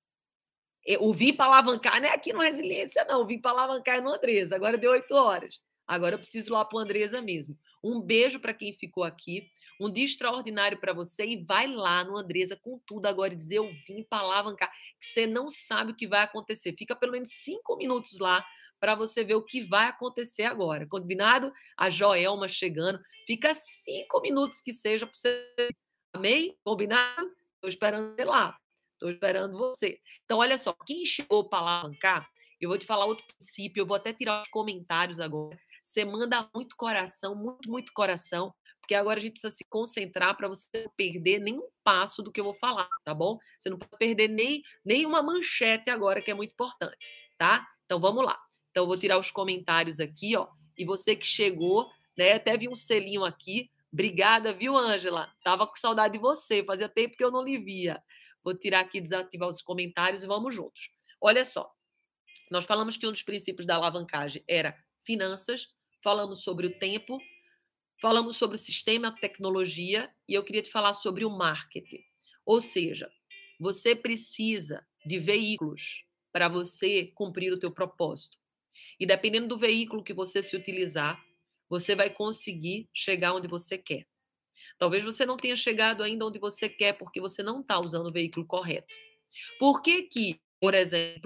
O vim para alavancar não é aqui no Resiliência, não. O vim para alavancar é no Andresa. Agora deu oito horas. Agora eu preciso ir lá para o Andresa mesmo. Um beijo para quem ficou aqui. Um dia extraordinário para você. E vai lá no Andresa com tudo agora e dizer eu vim para alavancar. Que você não sabe o que vai acontecer. Fica pelo menos cinco minutos lá para você ver o que vai acontecer agora. Combinado? A Joelma chegando. Fica cinco minutos que seja para você. Amém? Combinado? Estou esperando você lá. Estou esperando você. Então, olha só, quem chegou para alavancar, eu vou te falar outro princípio, eu vou até tirar os comentários agora. Você manda muito coração, muito, muito coração, porque agora a gente precisa se concentrar para você não perder nenhum passo do que eu vou falar, tá bom? Você não pode perder nem, nem uma manchete agora, que é muito importante, tá? Então, vamos lá. Então, eu vou tirar os comentários aqui, ó. E você que chegou, né? Até vi um selinho aqui. Obrigada, viu, Ângela? Tava com saudade de você, fazia tempo que eu não lhe via. Vou tirar aqui, desativar os comentários e vamos juntos. Olha só, nós falamos que um dos princípios da alavancagem era finanças, falamos sobre o tempo, falamos sobre o sistema, a tecnologia e eu queria te falar sobre o marketing. Ou seja, você precisa de veículos para você cumprir o teu propósito. E dependendo do veículo que você se utilizar, você vai conseguir chegar onde você quer. Talvez você não tenha chegado ainda onde você quer porque você não está usando o veículo correto. Por que que, por exemplo,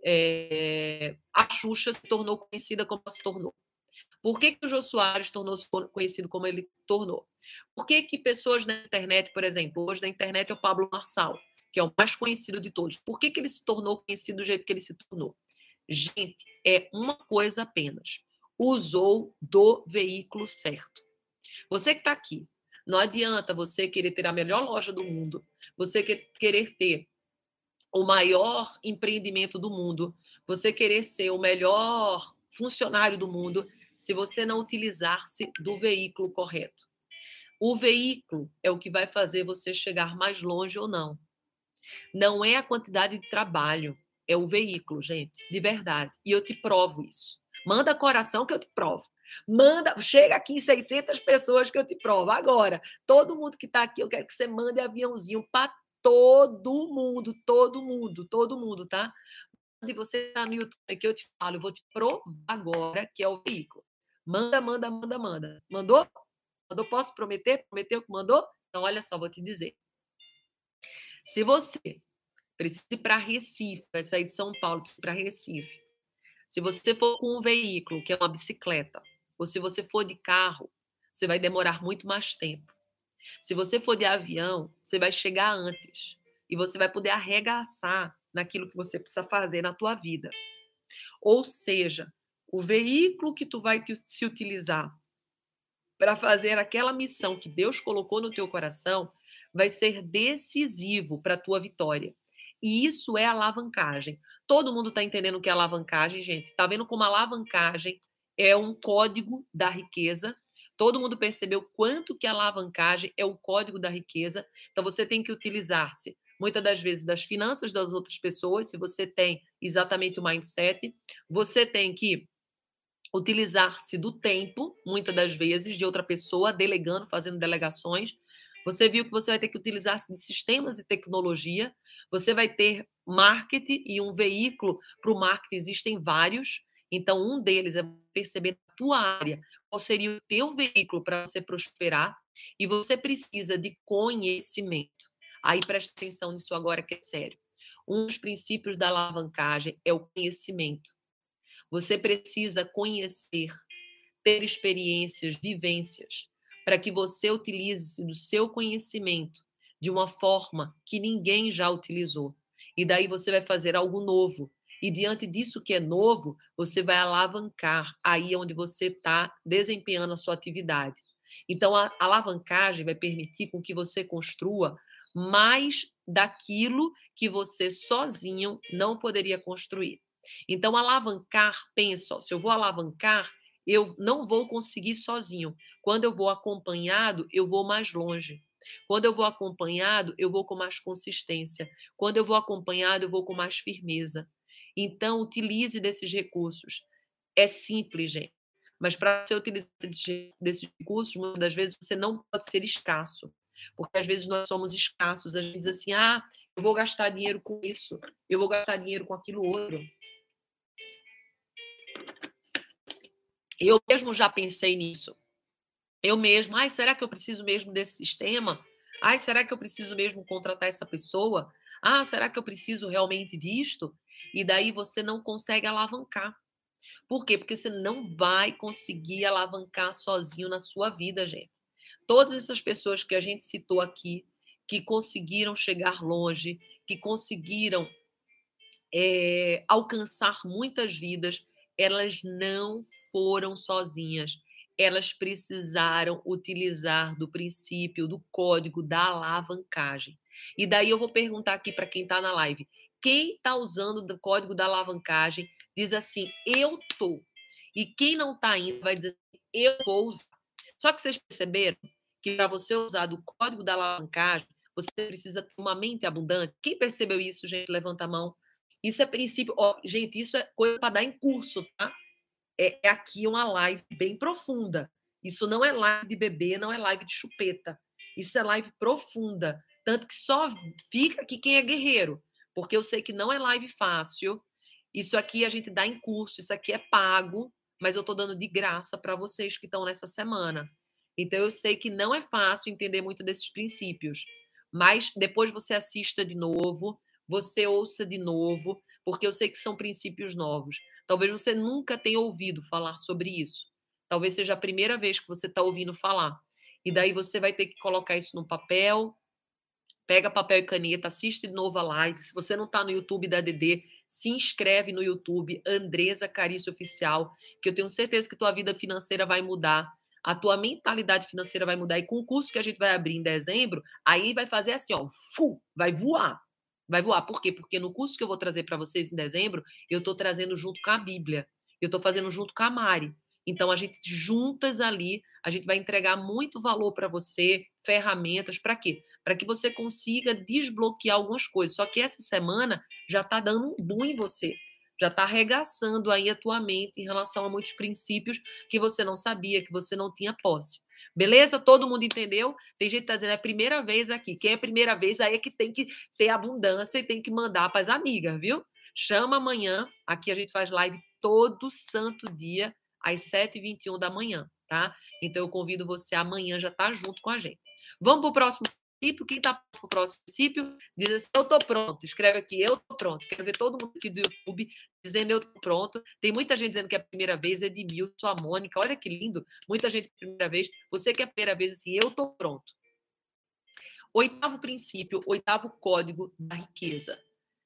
é, a Xuxa se tornou conhecida como ela se tornou? Por que, que o Jô Soares tornou-se conhecido como ele tornou? Por que, que pessoas na internet, por exemplo, hoje na internet é o Pablo Marçal, que é o mais conhecido de todos. Por que, que ele se tornou conhecido do jeito que ele se tornou? Gente, é uma coisa apenas. Usou do veículo certo. Você que está aqui, não adianta você querer ter a melhor loja do mundo, você querer ter o maior empreendimento do mundo, você querer ser o melhor funcionário do mundo, se você não utilizar-se do veículo correto. O veículo é o que vai fazer você chegar mais longe ou não. Não é a quantidade de trabalho, é o veículo, gente, de verdade. E eu te provo isso. Manda coração que eu te provo. Manda, chega aqui seiscentas pessoas que eu te provo. Agora, todo mundo que está aqui, eu quero que você mande aviãozinho para todo mundo, todo mundo, todo mundo, tá? De você estar no YouTube que eu te falo, eu vou te provar agora que é o veículo. Manda, manda, manda, manda. Mandou? Mandou? Posso prometer? Prometeu que mandou? Então, olha só, vou te dizer. Se você precisa ir para Recife, vai sair de São Paulo para Recife, se você for com um veículo, que é uma bicicleta, ou se você for de carro, você vai demorar muito mais tempo. Se você for de avião, você vai chegar antes e você vai poder arregaçar naquilo que você precisa fazer na tua vida. Ou seja, o veículo que tu vai te, se utilizar para fazer aquela missão que Deus colocou no teu coração vai ser decisivo para a tua vitória. E isso é alavancagem. Todo mundo está entendendo o que é alavancagem, gente? Está vendo como alavancagem é um código da riqueza? Todo mundo percebeu quanto que a alavancagem é o código da riqueza? Então, você tem que utilizar-se, muitas das vezes, das finanças das outras pessoas, se você tem exatamente o mindset. Você tem que utilizar-se do tempo, muitas das vezes, de outra pessoa, delegando, fazendo delegações. Você viu que você vai ter que utilizar-se de sistemas e tecnologia. Você vai ter marketing e um veículo para o marketing. Existem vários. Então, um deles é perceber a tua área, qual seria o teu veículo para você prosperar. E você precisa de conhecimento. Aí, presta atenção nisso agora, que é sério. Um dos princípios da alavancagem é o conhecimento. Você precisa conhecer, ter experiências, vivências, para que você utilize do seu conhecimento de uma forma que ninguém já utilizou. E daí você vai fazer algo novo. E diante disso que é novo, você vai alavancar aí onde você está desempenhando a sua atividade. Então, a alavancagem vai permitir com que você construa mais daquilo que você sozinho não poderia construir. Então, alavancar, pensa, ó, se eu vou alavancar, eu não vou conseguir sozinho. Quando eu vou acompanhado, eu vou mais longe. Quando eu vou acompanhado, eu vou com mais consistência. Quando eu vou acompanhado, eu vou com mais firmeza. Então, utilize desses recursos. É simples, gente. Mas para você utilizar desses recursos, muitas das vezes você não pode ser escasso. Porque às vezes nós somos escassos. A gente diz assim, ah, eu vou gastar dinheiro com isso, eu vou gastar dinheiro com aquilo outro. Eu mesmo já pensei nisso. Eu mesmo, ai, será que eu preciso mesmo desse sistema? Ai, será que eu preciso mesmo contratar essa pessoa? Ah, será que eu preciso realmente disto? E daí você não consegue alavancar. Por quê? Porque você não vai conseguir alavancar sozinho na sua vida, gente. Todas essas pessoas que a gente citou aqui, que conseguiram chegar longe, que conseguiram é, alcançar muitas vidas, elas não foram sozinhas. Elas precisaram utilizar do princípio, do código da alavancagem. E daí eu vou perguntar aqui para quem está na live. Quem está usando o código da alavancagem diz assim, eu tô. E quem não está ainda vai dizer assim, eu vou usar. Só que vocês perceberam que para você usar do código da alavancagem, você precisa ter uma mente abundante. Quem percebeu isso, gente? Levanta a mão. Isso é princípio. Ó, gente, isso é coisa para dar em curso, tá? É, é aqui uma live bem profunda. Isso não é live de bebê, não é live de chupeta. Isso é live profunda. Tanto que só fica aqui quem é guerreiro. Porque eu sei que não é live fácil. Isso aqui a gente dá em curso, isso aqui é pago, mas eu estou dando de graça para vocês que estão nessa semana. Então, eu sei que não é fácil entender muito desses princípios. Mas depois você assista de novo, você ouça de novo, porque eu sei que são princípios novos. Talvez você nunca tenha ouvido falar sobre isso. Talvez seja a primeira vez que você está ouvindo falar. E daí você vai ter que colocar isso no papel, pega papel e caneta, assiste de novo a live. Se você não está no YouTube da A D D, se inscreve no YouTube, Andresa Carício Oficial, que eu tenho certeza que tua vida financeira vai mudar, a tua mentalidade financeira vai mudar. E com o curso que a gente vai abrir em dezembro, aí vai fazer assim, ó, fu, vai voar. Vai voar. Por quê? Porque no curso que eu vou trazer para vocês em dezembro, eu estou trazendo junto com a Bíblia. Eu estou fazendo junto com a Mari. Então, a gente juntas ali, a gente vai entregar muito valor para você, ferramentas, para quê? Para que você consiga desbloquear algumas coisas. Só que essa semana já está dando um boom em você. Já está arregaçando aí a tua mente em relação a muitos princípios que você não sabia, que você não tinha posse. Beleza? Todo mundo entendeu? Tem gente que está dizendo, é a primeira vez aqui. Quem é a primeira vez, aí é que tem que ter abundância e tem que mandar para as amigas, viu? Chama amanhã. Aqui a gente faz live todo santo dia, às sete e vinte e um da manhã, tá? Então eu convido você amanhã já tá junto com a gente. Vamos para o próximo princípio. Quem está para o próximo princípio diz assim, eu tô pronto. Escreve aqui, eu tô pronto. Quero ver todo mundo aqui do YouTube dizendo eu tô pronto. Tem muita gente dizendo que é a primeira vez, Edmilson, a Mônica, olha que lindo. Muita gente primeira vez. Você que é a primeira vez, assim, eu tô pronto. Oitavo princípio, oitavo código da riqueza.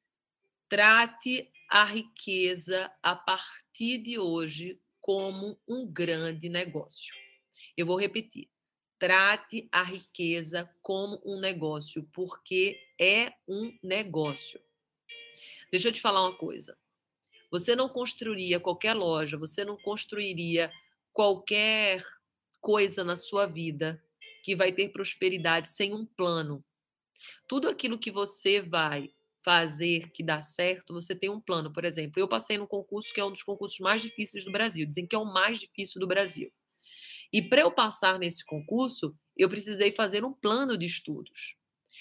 Trate a riqueza a partir de hoje como um grande negócio. Eu vou repetir. Trate a riqueza como um negócio, porque é um negócio. Deixa eu te falar uma coisa. Você não construiria qualquer loja, você não construiria qualquer coisa na sua vida que vai ter prosperidade sem um plano. Tudo aquilo que você vai fazer que dá certo, você tem um plano. Por exemplo, eu passei num concurso que é um dos concursos mais difíceis do Brasil. Dizem que é o mais difícil do Brasil. E para eu passar nesse concurso, eu precisei fazer um plano de estudos.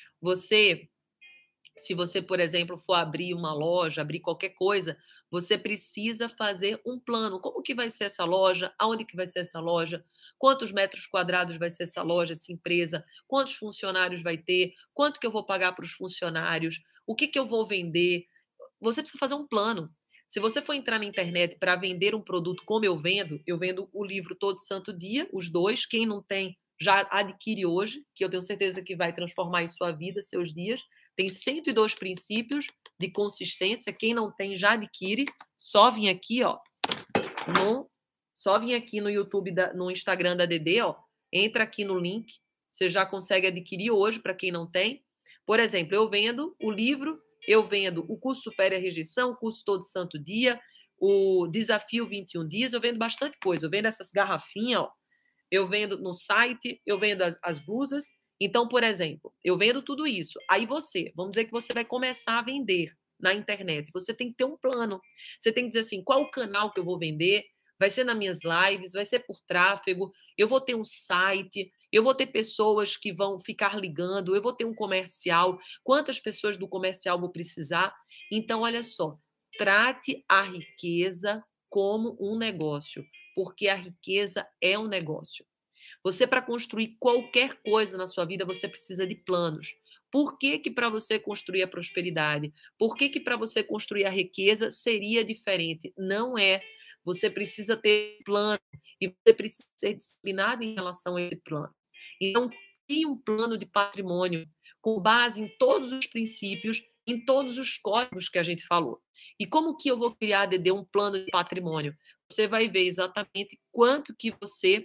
Você, se você, por exemplo, for abrir uma loja, abrir qualquer coisa, você precisa fazer um plano. Como que vai ser essa loja? Aonde que vai ser essa loja? Quantos metros quadrados vai ser essa loja, essa empresa? Quantos funcionários vai ter? Quanto que eu vou pagar para os funcionários? O que que eu vou vender? Você precisa fazer um plano. Se você for entrar na internet para vender um produto como eu vendo, eu vendo o livro Todo Santo Dia, os dois. Quem não tem, já adquire hoje, que eu tenho certeza que vai transformar em sua vida, seus dias. Tem cento e dois princípios de consistência. Quem não tem, já adquire. Só vim aqui, ó, no, só vim aqui no YouTube, da, no Instagram da A D D, ó, entra aqui no link, você já consegue adquirir hoje, para quem não tem. Por exemplo, eu vendo o livro, eu vendo o curso Supere a Rejeição, o curso Todo Santo Dia, o Desafio vinte e um Dias, eu vendo bastante coisa. Eu vendo essas garrafinhas, ó, eu vendo no site, eu vendo as, as blusas. Então, por exemplo, eu vendo tudo isso. Aí você, vamos dizer que você vai começar a vender na internet. Você tem que ter um plano. Você tem que dizer assim, qual o canal que eu vou vender? Vai ser nas minhas lives, vai ser por tráfego, eu vou ter um site, eu vou ter pessoas que vão ficar ligando, eu vou ter um comercial, quantas pessoas do comercial vou precisar? Então, olha só, trate a riqueza como um negócio, porque a riqueza é um negócio. Você, para construir qualquer coisa na sua vida, você precisa de planos. Por que que para você construir a prosperidade? Por que que para você construir a riqueza seria diferente? Não é. Você precisa ter plano e você precisa ser disciplinado em relação a esse plano. Então, crie um plano de patrimônio com base em todos os princípios, em todos os códigos que a gente falou. E como que eu vou criar, Dedê, um plano de patrimônio? Você vai ver exatamente quanto que você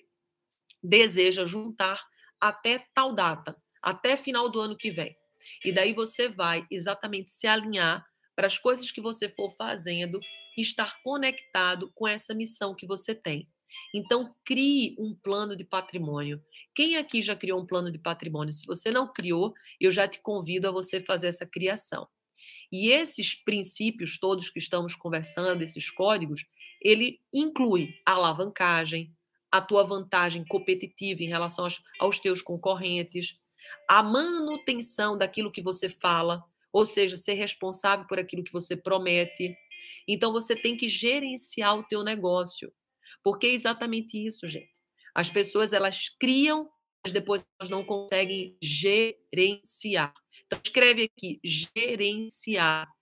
deseja juntar até tal data, até final do ano que vem. E daí você vai exatamente se alinhar para as coisas que você for fazendo estar conectado com essa missão que você tem. Então, crie um plano de patrimônio. Quem aqui já criou um plano de patrimônio? Se você não criou, eu já te convido a você fazer essa criação. E esses princípios todos que estamos conversando, esses códigos, ele inclui a alavancagem, a tua vantagem competitiva em relação aos, aos teus concorrentes, a manutenção daquilo que você fala, ou seja, ser responsável por aquilo que você promete. Então, você tem que gerenciar o teu negócio. Porque é exatamente isso, gente. As pessoas, elas criam, mas depois elas não conseguem gerenciar. Então, escreve aqui, gerenciar.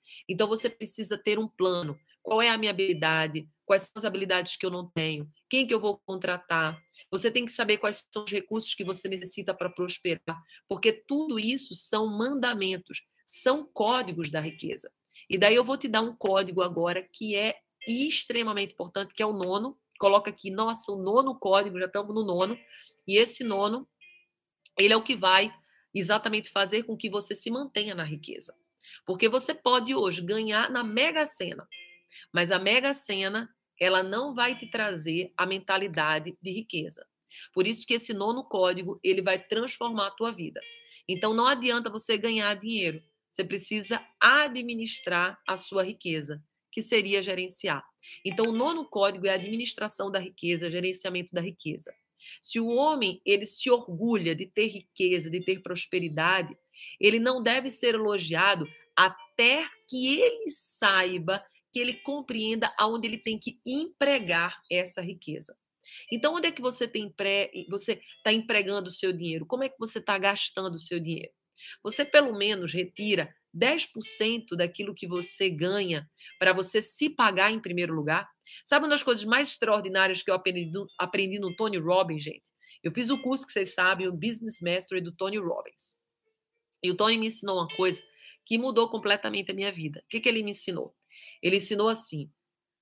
Então, você precisa ter um plano. Qual é a minha habilidade? Quais são as habilidades que eu não tenho? Quem que eu vou contratar? Você tem que saber quais são os recursos que você necessita para prosperar, porque tudo isso são mandamentos, são códigos da riqueza. E daí eu vou te dar um código agora que é extremamente importante, que é o nono. Coloca aqui, nossa, o nono código, já estamos no nono. E esse nono, ele é o que vai exatamente fazer com que você se mantenha na riqueza. Porque você pode hoje ganhar na Mega Sena, mas a Mega Sena, ela não vai te trazer a mentalidade de riqueza. Por isso que esse nono código, ele vai transformar a tua vida. Então, não adianta você ganhar dinheiro. Você precisa administrar a sua riqueza, que seria gerenciar. Então, o nono código é a administração da riqueza, gerenciamento da riqueza. Se o homem, ele se orgulha de ter riqueza, de ter prosperidade, ele não deve ser elogiado até que ele saiba, que ele compreenda aonde ele tem que empregar essa riqueza. Então, onde é que você tem empre... você está empregando o seu dinheiro? Como é que você está gastando o seu dinheiro? Você, pelo menos, retira dez por cento daquilo que você ganha para você se pagar em primeiro lugar? Sabe uma das coisas mais extraordinárias que eu aprendi, aprendi no Tony Robbins, gente? Eu fiz o curso que vocês sabem, o Business Mastery do Tony Robbins. E o Tony me ensinou uma coisa que mudou completamente a minha vida. O que, que ele me ensinou? Ele ensinou assim: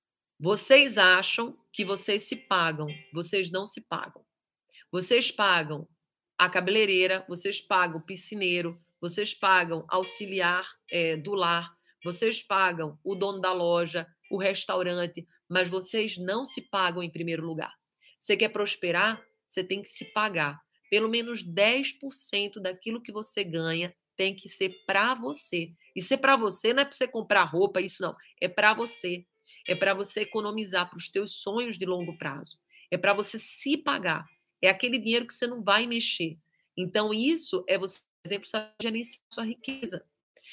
vocês acham que vocês se pagam, vocês não se pagam. Vocês pagam a cabeleireira, vocês pagam o piscineiro, vocês pagam auxiliar é, do lar, vocês pagam o dono da loja, o restaurante, mas vocês não se pagam em primeiro lugar. Você quer prosperar? Você tem que se pagar. Pelo menos dez por cento daquilo que você ganha tem que ser para você. E ser para você não é para você comprar roupa, isso não. É para você. É para você economizar para os teus sonhos de longo prazo. É para você se pagar. É aquele dinheiro que você não vai mexer. Então, isso é você, por exemplo, saber gerenciar a sua riqueza.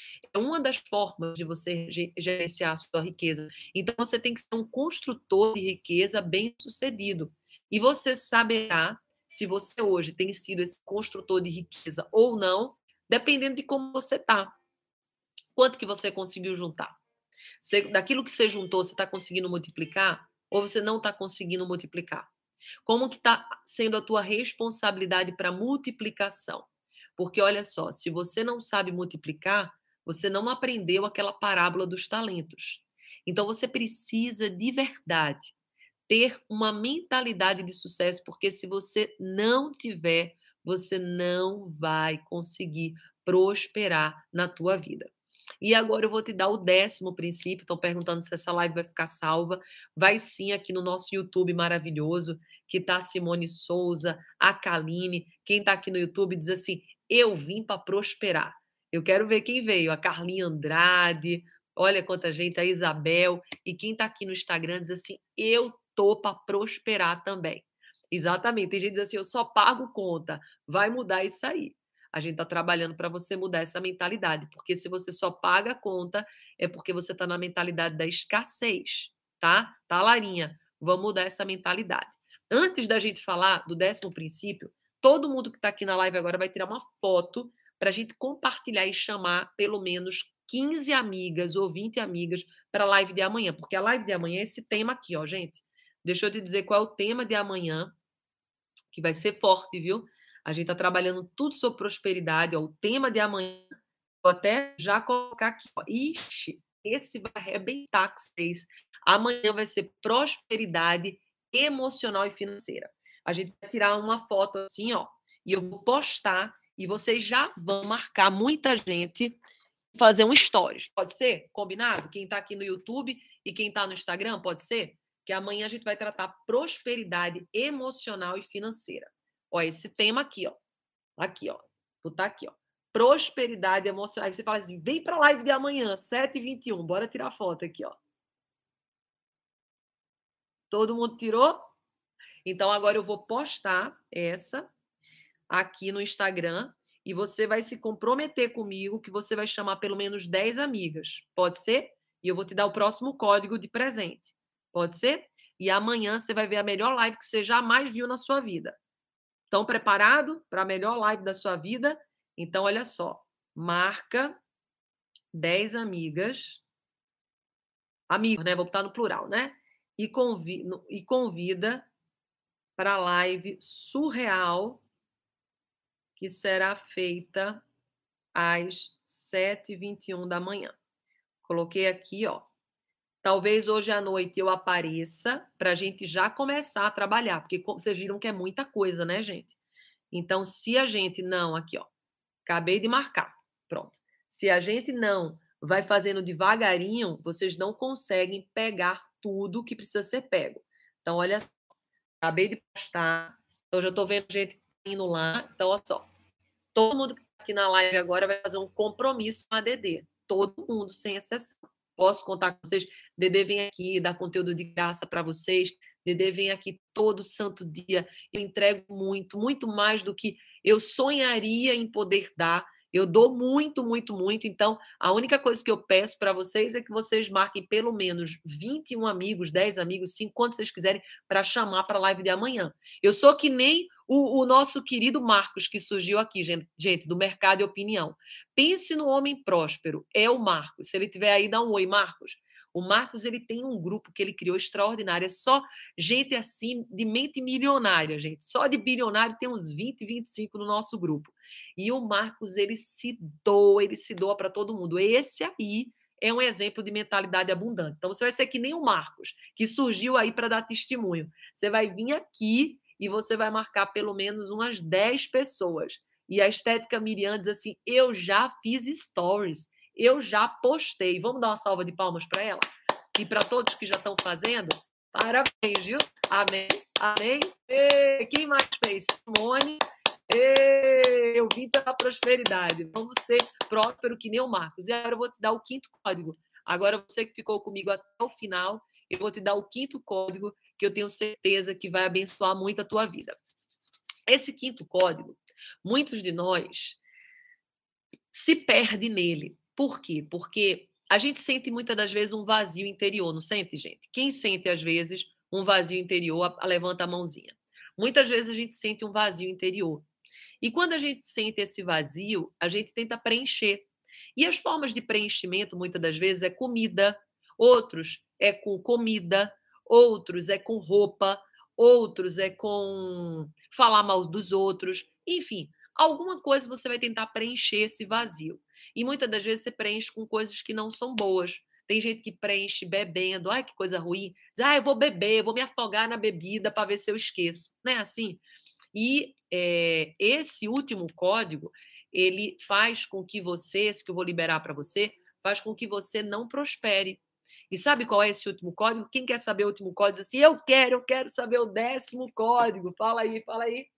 É uma das formas de você gerenciar a sua riqueza. Então, você tem que ser um construtor de riqueza bem-sucedido. E você saberá se você hoje tem sido esse construtor de riqueza ou não, dependendo de como você está. Quanto que você conseguiu juntar? Você, daquilo que você juntou, você está conseguindo multiplicar? Ou você não está conseguindo multiplicar? Como que está sendo a tua responsabilidade para multiplicação? Porque, olha só, se você não sabe multiplicar, você não aprendeu aquela parábola dos talentos. Então, você precisa, de verdade, ter uma mentalidade de sucesso, porque se você não tiver, você não vai conseguir prosperar na tua vida. E agora eu vou te dar o décimo princípio. Estão perguntando se essa live vai ficar salva. Vai sim, aqui no nosso YouTube maravilhoso, que tá a Simone Souza, a Kaline. Quem tá aqui no YouTube diz assim: eu vim para prosperar. Eu quero ver quem veio. A Carlinha Andrade, olha quanta gente, a Isabel. E quem tá aqui no Instagram diz assim: eu tô para prosperar também. Exatamente. Tem gente que diz assim: eu só pago conta. Vai mudar isso aí. A gente está trabalhando para você mudar essa mentalidade, porque se você só paga a conta, é porque você está na mentalidade da escassez, tá? Tá, Larinha? Vamos mudar essa mentalidade. Antes da gente falar do décimo princípio, todo mundo que está aqui na live agora vai tirar uma foto para a gente compartilhar e chamar pelo menos quinze amigas ou vinte amigas para a live de amanhã, porque a live de amanhã é esse tema aqui, ó, gente. Deixa eu te dizer qual é o tema de amanhã, que vai ser forte, viu? A gente está trabalhando tudo sobre prosperidade. Ó, o tema de amanhã, vou até já colocar aqui. Ó. Ixi, esse vai arrebentar com vocês. Amanhã vai ser prosperidade emocional e financeira. A gente vai tirar uma foto assim, ó, e eu vou postar, e vocês já vão marcar muita gente, fazer um stories. Pode ser? Combinado? Quem está aqui no YouTube e quem está no Instagram, pode ser? Que amanhã a gente vai tratar prosperidade emocional e financeira. Ó, esse tema aqui, ó. Aqui, ó. Vou botar aqui, ó. Prosperidade emocional. Aí você fala assim, vem para a live de amanhã, sete e vinte e um. Bora tirar foto aqui, ó. Todo mundo tirou? Então, agora eu vou postar essa aqui no Instagram e você vai se comprometer comigo que você vai chamar pelo menos dez amigas. Pode ser? E eu vou te dar o próximo código de presente. Pode ser? E amanhã você vai ver a melhor live que você jamais viu na sua vida. Estão preparados para a melhor live da sua vida? Então, olha só. Marca dez amigas amigos, né? Vou botar no plural, né? E, convi e convida para a live surreal que será feita às sete e vinte e um da manhã. Coloquei aqui, ó. Talvez hoje à noite eu apareça para a gente já começar a trabalhar, porque vocês viram que é muita coisa, né, gente? Então, se a gente não, aqui, ó, acabei de marcar, pronto. Se a gente não vai fazendo devagarinho, vocês não conseguem pegar tudo que precisa ser pego. Então, olha só, acabei de postar, então já estou vendo gente indo lá, então, olha só, todo mundo que está aqui na live agora vai fazer um compromisso com a Dedê, todo mundo, sem exceção. Posso contar com vocês? Dedê vem aqui, dá conteúdo de graça para vocês. Dedê vem aqui todo santo dia. Eu entrego muito, muito mais do que eu sonharia em poder dar. Eu dou muito, muito, muito. Então, a única coisa que eu peço para vocês é que vocês marquem pelo menos vinte e um amigos, dez amigos, cinco, quantos vocês quiserem, para chamar para a live de amanhã. Eu sou que nem o, o nosso querido Marcos, que surgiu aqui, gente, gente, do Mercado e Opinião. Pense no homem próspero, é o Marcos. Se ele tiver aí, dá um oi, Marcos. O Marcos, ele tem um grupo que ele criou extraordinário, é só gente assim, de mente milionária, gente. Só de bilionário tem uns vinte, vinte e cinco no nosso grupo. E o Marcos, ele se doa, ele se doa para todo mundo. Esse aí é um exemplo de mentalidade abundante. Então, você vai ser que nem o Marcos, que surgiu aí para dar testemunho. Você vai vir aqui e você vai marcar pelo menos umas dez pessoas. E a Estética Miriam diz assim, eu já fiz stories, eu já postei. Vamos dar uma salva de palmas para ela? E para todos que já estão fazendo, parabéns, viu? Amém, amém. E quem mais fez? Simone. E eu vim pela prosperidade. Vamos ser próspero que nem o Marcos. E agora eu vou te dar o quinto código. Agora você que ficou comigo até o final, eu vou te dar o quinto código que eu tenho certeza que vai abençoar muito a tua vida. Esse quinto código, muitos de nós se perdem nele. Por quê? Porque a gente sente muitas das vezes um vazio interior, não sente, gente? Quem sente, às vezes, um vazio interior, levanta a mãozinha. Muitas vezes a gente sente um vazio interior. E quando a gente sente esse vazio, a gente tenta preencher. E as formas de preenchimento, muitas das vezes, é comida, outros é com comida, outros é com roupa, outros é com falar mal dos outros, enfim, alguma coisa você vai tentar preencher esse vazio. E muitas das vezes você preenche com coisas que não são boas. Tem gente que preenche bebendo, ai que coisa ruim, diz, ah, eu vou beber, eu vou me afogar na bebida para ver se eu esqueço. Não é assim? E é, esse último código, ele faz com que você, esse que eu vou liberar para você, faz com que você não prospere. E sabe qual é esse último código? Quem quer saber o último código? Diz assim, eu quero, eu quero saber o décimo código. Fala aí, fala aí.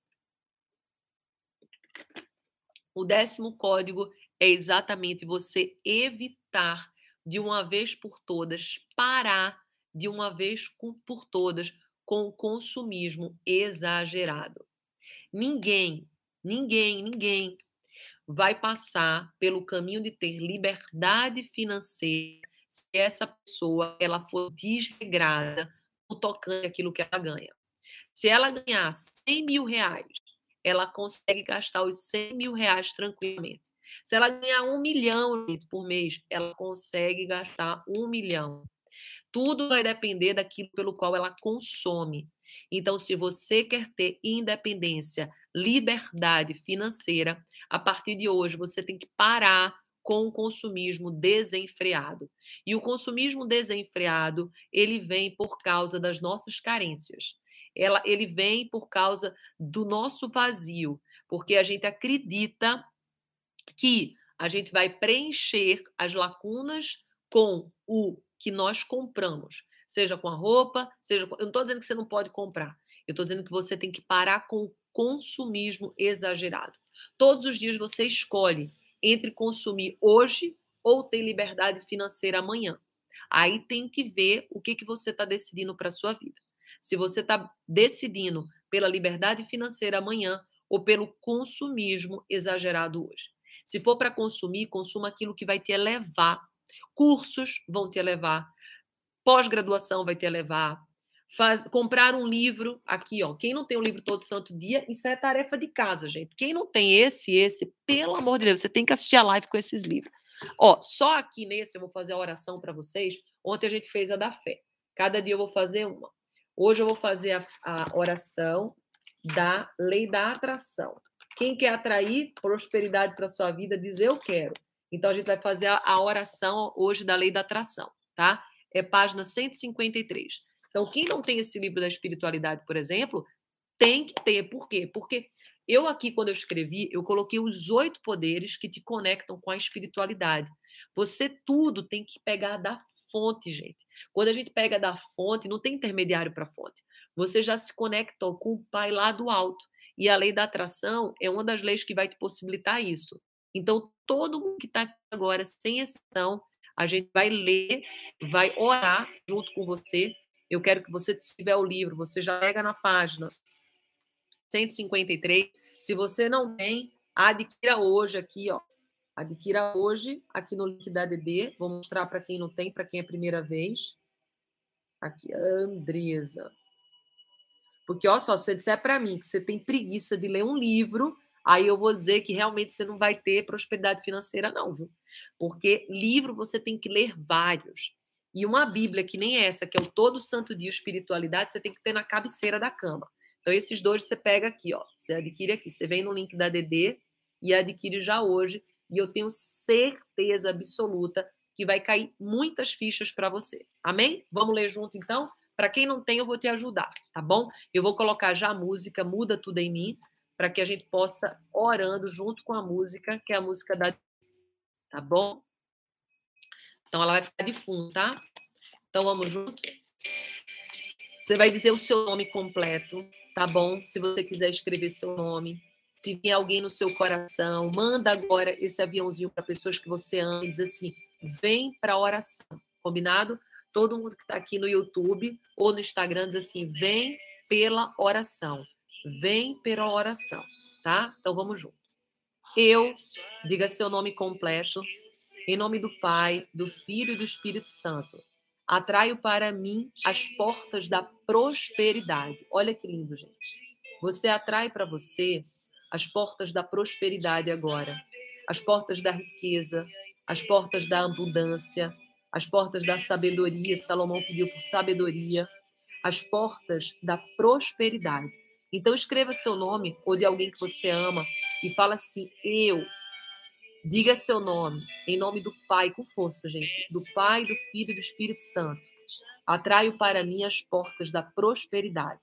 O décimo código é exatamente você evitar, de uma vez por todas, parar de uma vez por todas com o consumismo exagerado. Ninguém, ninguém, ninguém vai passar pelo caminho de ter liberdade financeira se essa pessoa ela for desregrada no tocante àquilo que ela ganha. Se ela ganhar cem mil reais, ela consegue gastar os cem mil reais tranquilamente. Se ela ganhar um milhão por mês, ela consegue gastar um milhão. Tudo vai depender daquilo pelo qual ela consome. Então, se você quer ter independência, liberdade financeira, a partir de hoje você tem que parar com o consumismo desenfreado. E o consumismo desenfreado, ele vem por causa das nossas carências. Ela, ele vem por causa do nosso vazio, porque a gente acredita que a gente vai preencher as lacunas com o que nós compramos, seja com a roupa, seja com... Eu não estou dizendo que você não pode comprar, eu estou dizendo que você tem que parar com o consumismo exagerado. Todos os dias você escolhe entre consumir hoje ou ter liberdade financeira amanhã. Aí tem que ver o que, que você está decidindo para a sua vida. Se você está decidindo pela liberdade financeira amanhã ou pelo consumismo exagerado hoje. Se for para consumir, consuma aquilo que vai te elevar. Cursos vão te elevar. Pós-graduação vai te elevar. Faz, comprar um livro, aqui, ó. Quem não tem um livro todo santo dia, isso é tarefa de casa, gente. Quem não tem esse, esse, pelo amor de Deus, você tem que assistir a live com esses livros. Ó, só aqui nesse eu vou fazer a oração para vocês. Ontem a gente fez a da fé. Cada dia eu vou fazer uma. Hoje eu vou fazer a, a oração da lei da atração. Quem quer atrair prosperidade para sua vida, diz eu quero. Então a gente vai fazer a, a oração hoje da lei da atração, tá? É página cento e cinquenta e três. Então, quem não tem esse livro da espiritualidade, por exemplo, tem que ter. Por quê? Porque eu aqui, quando eu escrevi, eu coloquei os oito poderes que te conectam com a espiritualidade. Você tudo tem que pegar da fonte, gente. Quando a gente pega da fonte, não tem intermediário para a fonte. Você já se conectou com o Pai lá do alto. E a lei da atração é uma das leis que vai te possibilitar isso. Então, todo mundo que está aqui agora, sem exceção, a gente vai ler, vai orar junto com você. Eu quero que você, se tiver o livro, você já pega na página cento e cinquenta e três. Se você não tem, adquira hoje aqui, ó. Adquira hoje aqui no link da A D D. Vou mostrar para quem não tem, para quem é a primeira vez. Aqui, Andresa. Porque, ó só, se você disser para mim que você tem preguiça de ler um livro, aí eu vou dizer que realmente você não vai ter prosperidade financeira, não, viu? Porque livro você tem que ler vários. E uma Bíblia que nem essa, que é o Todo Santo Dia Espiritualidade, você tem que ter na cabeceira da cama. Então, esses dois você pega aqui, ó. Você adquire aqui. Você vem no link da A D D e adquire já hoje. E eu tenho certeza absoluta que vai cair muitas fichas para você. Amém? Vamos ler junto, então? Para quem não tem, eu vou te ajudar, tá bom? Eu vou colocar já a música Muda Tudo em Mim, para que a gente possa orando junto com a música, que é a música da... Tá bom? Então, ela vai ficar de fundo, tá? Então, vamos junto? Você vai dizer o seu nome completo, tá bom? Se você quiser escrever seu nome. Se vier alguém no seu coração, manda agora esse aviãozinho para pessoas que você ama e diz assim, vem para a oração, combinado? Todo mundo que está aqui no YouTube ou no Instagram diz assim, vem pela oração. Vem pela oração, tá? Então, vamos junto. Eu, diga seu nome completo, em nome do Pai, do Filho e do Espírito Santo. Atraio para mim as portas da prosperidade. Olha que lindo, gente. Você atrai para você as portas da prosperidade agora. As portas da riqueza, as portas da abundância, as portas da sabedoria. Salomão pediu por sabedoria. As portas da prosperidade. Então, escreva seu nome ou de alguém que você ama e fala assim, eu... Diga seu nome, em nome do Pai, com força, gente, do Pai, do Filho e do Espírito Santo. Atraio para mim as portas da prosperidade.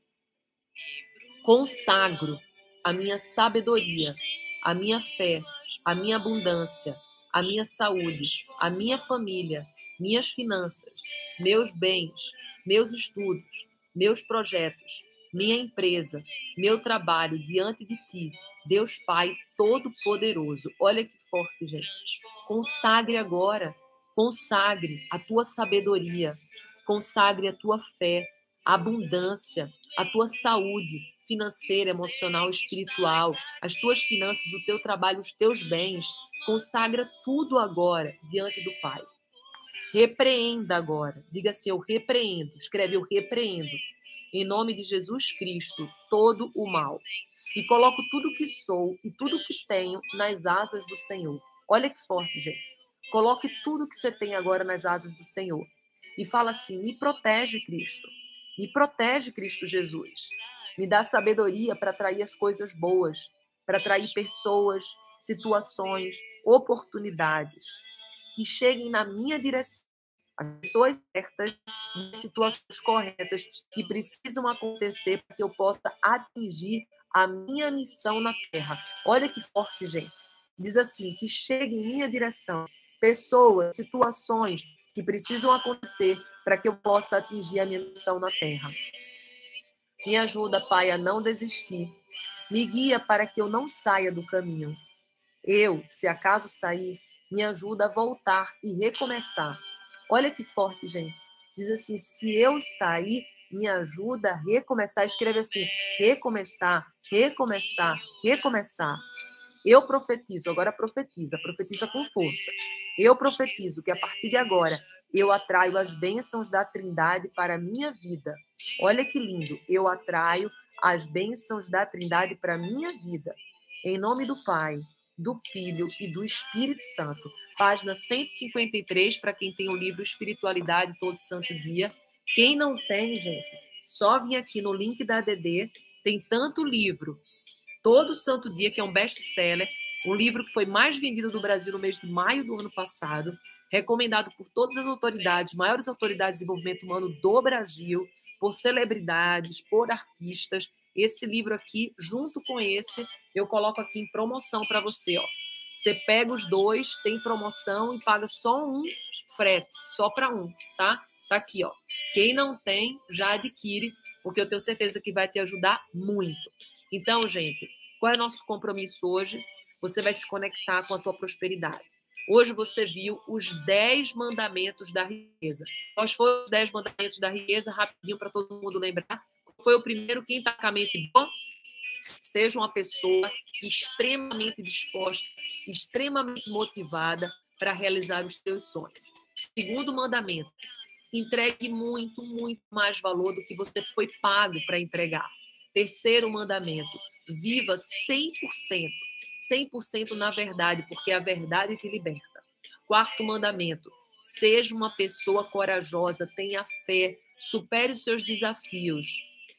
Consagro a minha sabedoria, a minha fé, a minha abundância, a minha saúde, a minha família, minhas finanças, meus bens, meus estudos, meus projetos, minha empresa, meu trabalho diante de ti, Deus Pai Todo-Poderoso. Olha que forte, gente. Consagre agora, consagre a tua sabedoria, consagre a tua fé, a abundância, a tua saúde financeira, emocional, espiritual, as tuas finanças, o teu trabalho, os teus bens. Consagra tudo agora diante do Pai. Repreenda agora. Diga assim, eu repreendo. Escreve, eu repreendo. Em nome de Jesus Cristo, todo o mal. E coloco tudo que sou e tudo que tenho nas asas do Senhor. Olha que forte, gente. Coloque tudo que você tem agora nas asas do Senhor. E fala assim, me protege, Cristo. Me protege, Cristo Jesus. Me dá sabedoria para atrair as coisas boas, para atrair pessoas, situações, oportunidades que cheguem na minha direção. As pessoas certas, as situações corretas que precisam acontecer para que eu possa atingir a minha missão na Terra. Olha que forte, gente. Diz assim, que chegue em minha direção pessoas, situações que precisam acontecer para que eu possa atingir a minha missão na Terra. Me ajuda, Pai, a não desistir. Me guia para que eu não saia do caminho. Eu, se acaso sair, me ajuda a voltar e recomeçar. Olha que forte, gente. Diz assim, se eu sair, me ajuda a recomeçar. Escreve assim, recomeçar, recomeçar, recomeçar. Eu profetizo, agora profetiza, profetiza com força. Eu profetizo que a partir de agora eu atraio as bênçãos da Trindade para a minha vida. Olha que lindo. Eu atraio as bênçãos da Trindade para a minha vida. Em nome do Pai, do Filho e do Espírito Santo. página cento e cinquenta e três, para quem tem o livro Espiritualidade Todo Santo Dia. Quem não tem, gente, só vir aqui no link da A D D, tem tanto livro, Todo Santo Dia, que é um best-seller, um livro que foi mais vendido do Brasil no mês de maio do ano passado, recomendado por todas as autoridades, maiores autoridades de desenvolvimento humano do Brasil, por celebridades, por artistas. Esse livro aqui, junto com esse, eu coloco aqui em promoção para você, ó. Você pega os dois, tem promoção e paga só um frete, só para um, tá? Tá aqui, ó. Quem não tem, já adquire, porque eu tenho certeza que vai te ajudar muito. Então, gente, qual é o nosso compromisso hoje? Você vai se conectar com a tua prosperidade. Hoje você viu os dez mandamentos da riqueza. Quais foram os dez mandamentos da riqueza? Rapidinho para todo mundo lembrar. Foi o primeiro, quem está com a mente boa? Seja uma pessoa extremamente disposta, extremamente motivada para realizar os teus sonhos. Segundo mandamento, entregue muito, muito mais valor do que você foi pago para entregar. Terceiro mandamento, viva cem por cento, cem por cento na verdade, porque é a verdade te liberta. Quarto mandamento, seja uma pessoa corajosa, tenha fé, supere os seus desafios.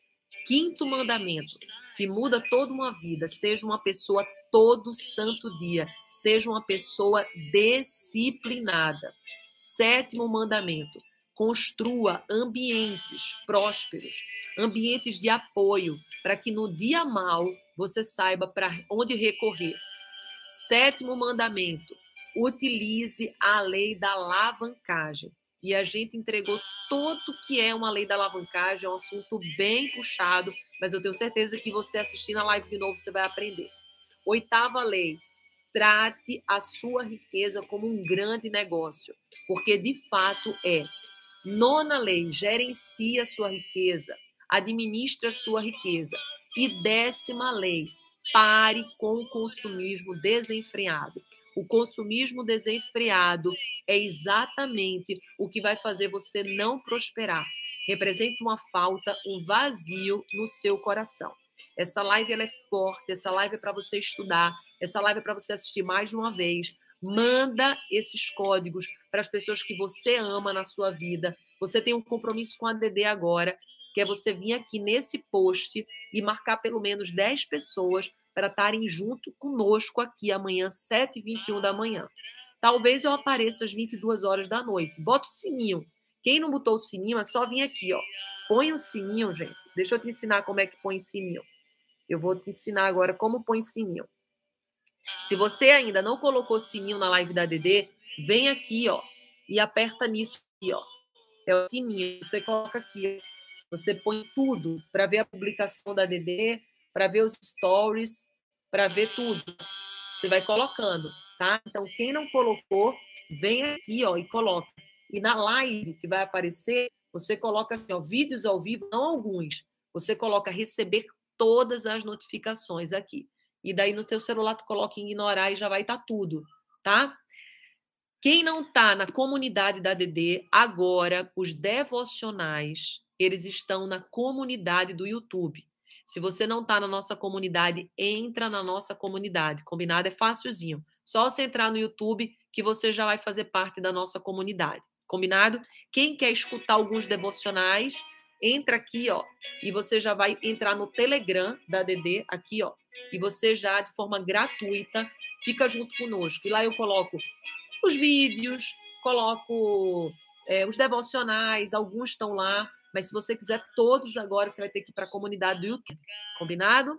Quinto mandamento, que muda toda uma vida, seja uma pessoa todo santo dia, seja uma pessoa disciplinada. Sétimo mandamento, construa ambientes prósperos, ambientes de apoio, para que no dia mal você saiba para onde recorrer. Sétimo mandamento, utilize a lei da alavancagem. E a gente entregou todo o que é uma lei da alavancagem, é um assunto bem puxado, mas eu tenho certeza que você assistindo a live de novo, você vai aprender. Oitava lei, trate a sua riqueza como um grande negócio, porque de fato é. Nona lei, gerencie a sua riqueza, administre a sua riqueza. E décima lei, pare com o consumismo desenfreado. O consumismo desenfreado é exatamente o que vai fazer você não prosperar. Representa uma falta, um vazio no seu coração. Essa live ela é forte, essa live é para você estudar, essa live é para você assistir mais de uma vez. Manda esses códigos para as pessoas que você ama na sua vida. Você tem um compromisso com a A D D agora, que é você vir aqui nesse post e marcar pelo menos dez pessoas para estarem junto conosco aqui amanhã, sete e vinte e um da manhã. Talvez eu apareça às vinte e duas horas da noite. Bota o sininho. Quem não botou o sininho, é só vir aqui, ó. Põe o sininho, gente. Deixa eu te ensinar como é que põe sininho. Eu vou te ensinar agora como põe sininho. Se você ainda não colocou sininho na live da A D D, vem aqui, ó, e aperta nisso aqui, ó. É o sininho. Você coloca aqui, ó. Você põe tudo para ver a publicação da A D D, para ver os stories, para ver tudo. Você vai colocando, tá? Então, quem não colocou, vem aqui, ó, e coloca. E na live que vai aparecer, você coloca assim, ó, vídeos ao vivo, não alguns. Você coloca receber todas as notificações aqui. E daí no teu celular tu coloca em ignorar e já vai estar tudo, tá? Quem não está na comunidade da A D D, agora, os devocionais, eles estão na comunidade do YouTube. Se você não está na nossa comunidade, entra na nossa comunidade. Combinado? É facilzinho. Só você entrar no YouTube que você já vai fazer parte da nossa comunidade. Combinado? Quem quer escutar alguns devocionais, entra aqui, ó, e você já vai entrar no Telegram da A D D, aqui, ó, e você já, de forma gratuita, fica junto conosco. E lá eu coloco os vídeos, coloco é, os devocionais, alguns estão lá, mas se você quiser todos agora, você vai ter que ir para a comunidade do YouTube. Combinado?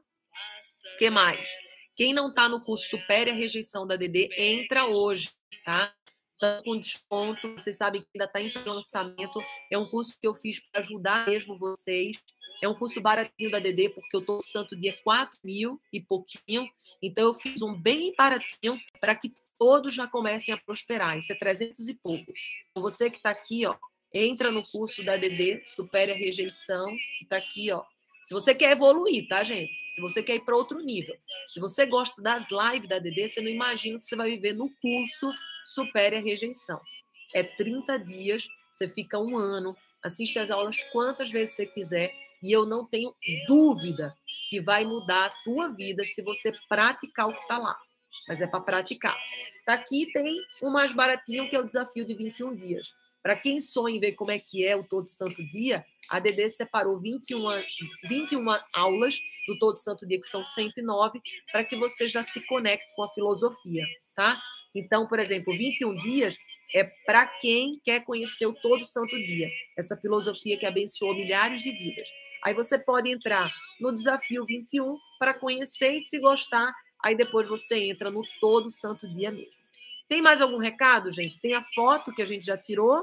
O que mais? Quem não está no curso Supere a Rejeição da A D D, entra hoje, tá? Tá com desconto, vocês sabem que ainda está em lançamento. É um curso que eu fiz para ajudar mesmo vocês. É um curso baratinho da A D D, porque eu estou santo dia quatro mil e pouquinho. Então, eu fiz um bem baratinho para que todos já comecem a prosperar. Isso é trezentos e pouco. Então, você que está aqui, ó, entra no curso da A D D, Supere a Rejeição, que está aqui, ó. Se você quer evoluir, tá, gente? Se você quer ir para outro nível. Se você gosta das lives da A D D, você não imagina o que você vai viver no curso Supere a Rejeição. É trinta dias, você fica um ano, assiste as aulas quantas vezes você quiser, e eu não tenho dúvida que vai mudar a tua vida se você praticar o que está lá. Mas é para praticar, Tá aqui, tem um mais baratinho, que é o desafio de vinte e um dias. Para quem sonha em ver como é que é o Todo Santo Dia, a Dedê separou vinte e uma, vinte e uma aulas do Todo Santo Dia, que são cento e nove, para que você já se conecte com a filosofia, tá? Então, por exemplo, vinte e um dias é para quem quer conhecer o Todo Santo Dia, essa filosofia que abençoou milhares de vidas. Aí você pode entrar no desafio vinte e um para conhecer e se gostar, aí depois você entra no Todo Santo Dia mesmo. Tem mais algum recado, gente? Tem a foto que a gente já tirou.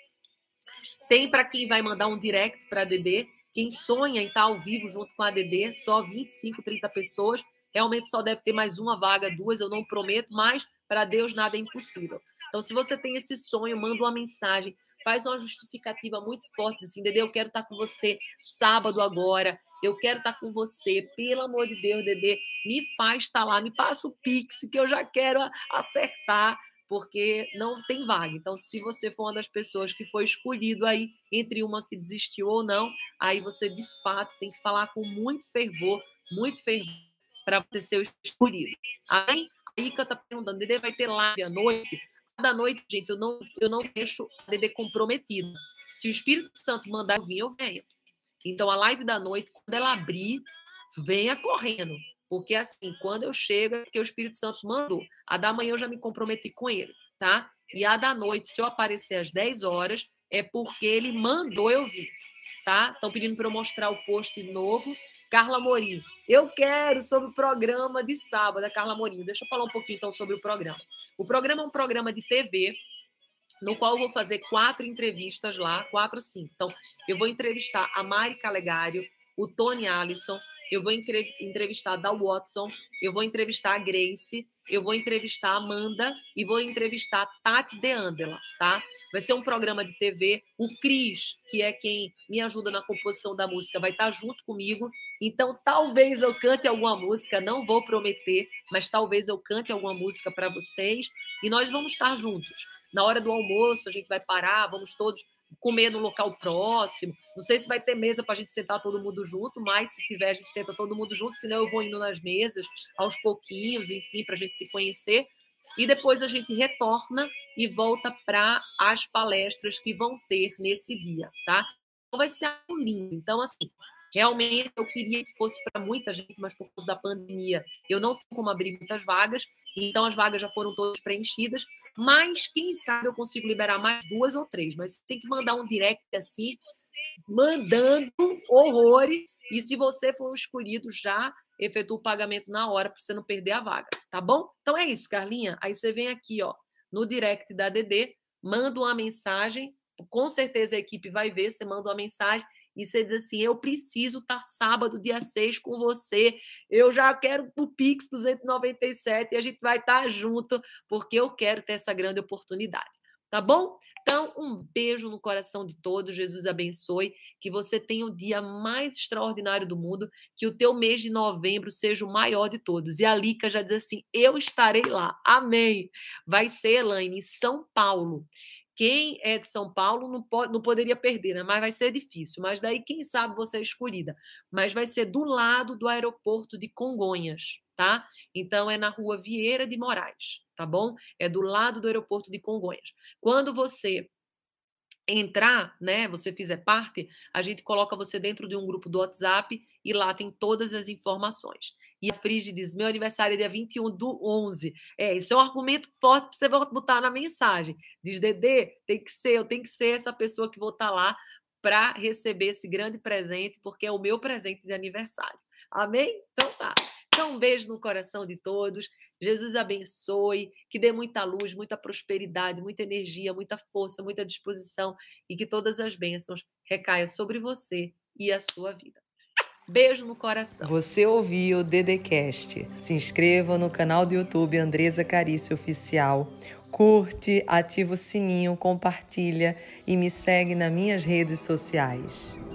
Tem para quem vai mandar um direct para a Dedê. Quem sonha em estar ao vivo junto com a Dedê, só vinte e cinco, trinta pessoas. Realmente só deve ter mais uma vaga, duas, eu não prometo, mas para Deus nada é impossível. Então, se você tem esse sonho, manda uma mensagem, faz uma justificativa muito forte, assim, Dedê, eu quero estar com você sábado agora, eu quero estar com você, pelo amor de Deus, Dedê, me faz estar lá, me passa o Pix, que eu já quero acertar, porque não tem vaga. Então, se você for uma das pessoas que foi escolhido aí, entre uma que desistiu ou não, aí você, de fato, tem que falar com muito fervor, muito fervor, para você ser o escolhido. Aí, a Ica está perguntando, Dedê, vai ter live à noite? Cada noite, gente, eu não, eu não deixo a Dedê comprometida. Se o Espírito Santo mandar eu vir, eu venho. Então, a live da noite, quando ela abrir, venha correndo. Porque, assim, quando eu chego, é porque o Espírito Santo mandou. A da manhã eu já me comprometi com ele, tá? E a da noite, se eu aparecer às dez horas, é porque ele mandou eu vir, tá? Estão pedindo para eu mostrar o post novo. Carla Morim, eu quero sobre o programa de sábado, a Carla Morim. Deixa eu falar um pouquinho, então, sobre o programa. O programa é um programa de T V, no qual eu vou fazer quatro entrevistas lá, quatro, cinco. Então, eu vou entrevistar a Mari Calegário, o Tony Allison, eu vou entrevistar a Dal Watson, eu vou entrevistar a Grace, eu vou entrevistar a Amanda e vou entrevistar a Tati De Andela, tá? Vai ser um programa de T V. O Cris, que é quem me ajuda na composição da música, vai estar junto comigo. Então, talvez eu cante alguma música, não vou prometer, mas talvez eu cante alguma música para vocês e nós vamos estar juntos. Na hora do almoço, a gente vai parar, vamos todos comer no local próximo. Não sei se vai ter mesa para a gente sentar todo mundo junto, mas se tiver, a gente senta todo mundo junto, senão eu vou indo nas mesas aos pouquinhos, enfim, para a gente se conhecer. E depois a gente retorna e volta para as palestras que vão ter nesse dia, tá? Então vai ser algo lindo. Então, assim, realmente eu queria que fosse para muita gente, mas por causa da pandemia eu não tenho como abrir muitas vagas, então as vagas já foram todas preenchidas, mas quem sabe eu consigo liberar mais duas ou três, mas tem que mandar um direct assim, mandando horrores, e se você for escolhido, já efetua o pagamento na hora para você não perder a vaga, tá bom? Então é isso, Carlinha. Aí você vem aqui, ó, no direct da Dedê, manda uma mensagem, com certeza a equipe vai ver, você manda uma mensagem e você diz assim, eu preciso estar sábado, dia seis, com você, eu já quero o Pix duzentos e noventa e sete e a gente vai estar junto, porque eu quero ter essa grande oportunidade. Tá bom? Então, um beijo no coração de todos, Jesus abençoe, que você tenha o dia mais extraordinário do mundo, que o teu mês de novembro seja o maior de todos. E a Lica já diz assim, eu estarei lá. Amém. Vai ser, Elaine, em São Paulo. Quem é de São Paulo não, pode, não poderia perder, né? Mas vai ser difícil. Mas daí, quem sabe você é escolhida. Mas vai ser do lado do aeroporto de Congonhas, tá? Então, é na rua Vieira de Moraes, tá bom? É do lado do aeroporto de Congonhas. Quando você entrar, né, você fizer parte, a gente coloca você dentro de um grupo do WhatsApp e lá tem todas as informações. E a Frige diz, meu aniversário é dia vinte e um do onze. É, isso é um argumento forte para você botar na mensagem. Diz, Dedê, tem que ser, eu tenho que ser essa pessoa que vou estar lá para receber esse grande presente, porque é o meu presente de aniversário. Amém? Então tá. Então, um beijo no coração de todos. Jesus abençoe, que dê muita luz, muita prosperidade, muita energia, muita força, muita disposição e que todas as bênçãos recaiam sobre você e a sua vida. Beijo no coração. Você ouviu o Dedecast. Se inscreva no canal do YouTube Andreza Carício Oficial. Curte, ativa o sininho, compartilha e me segue nas minhas redes sociais.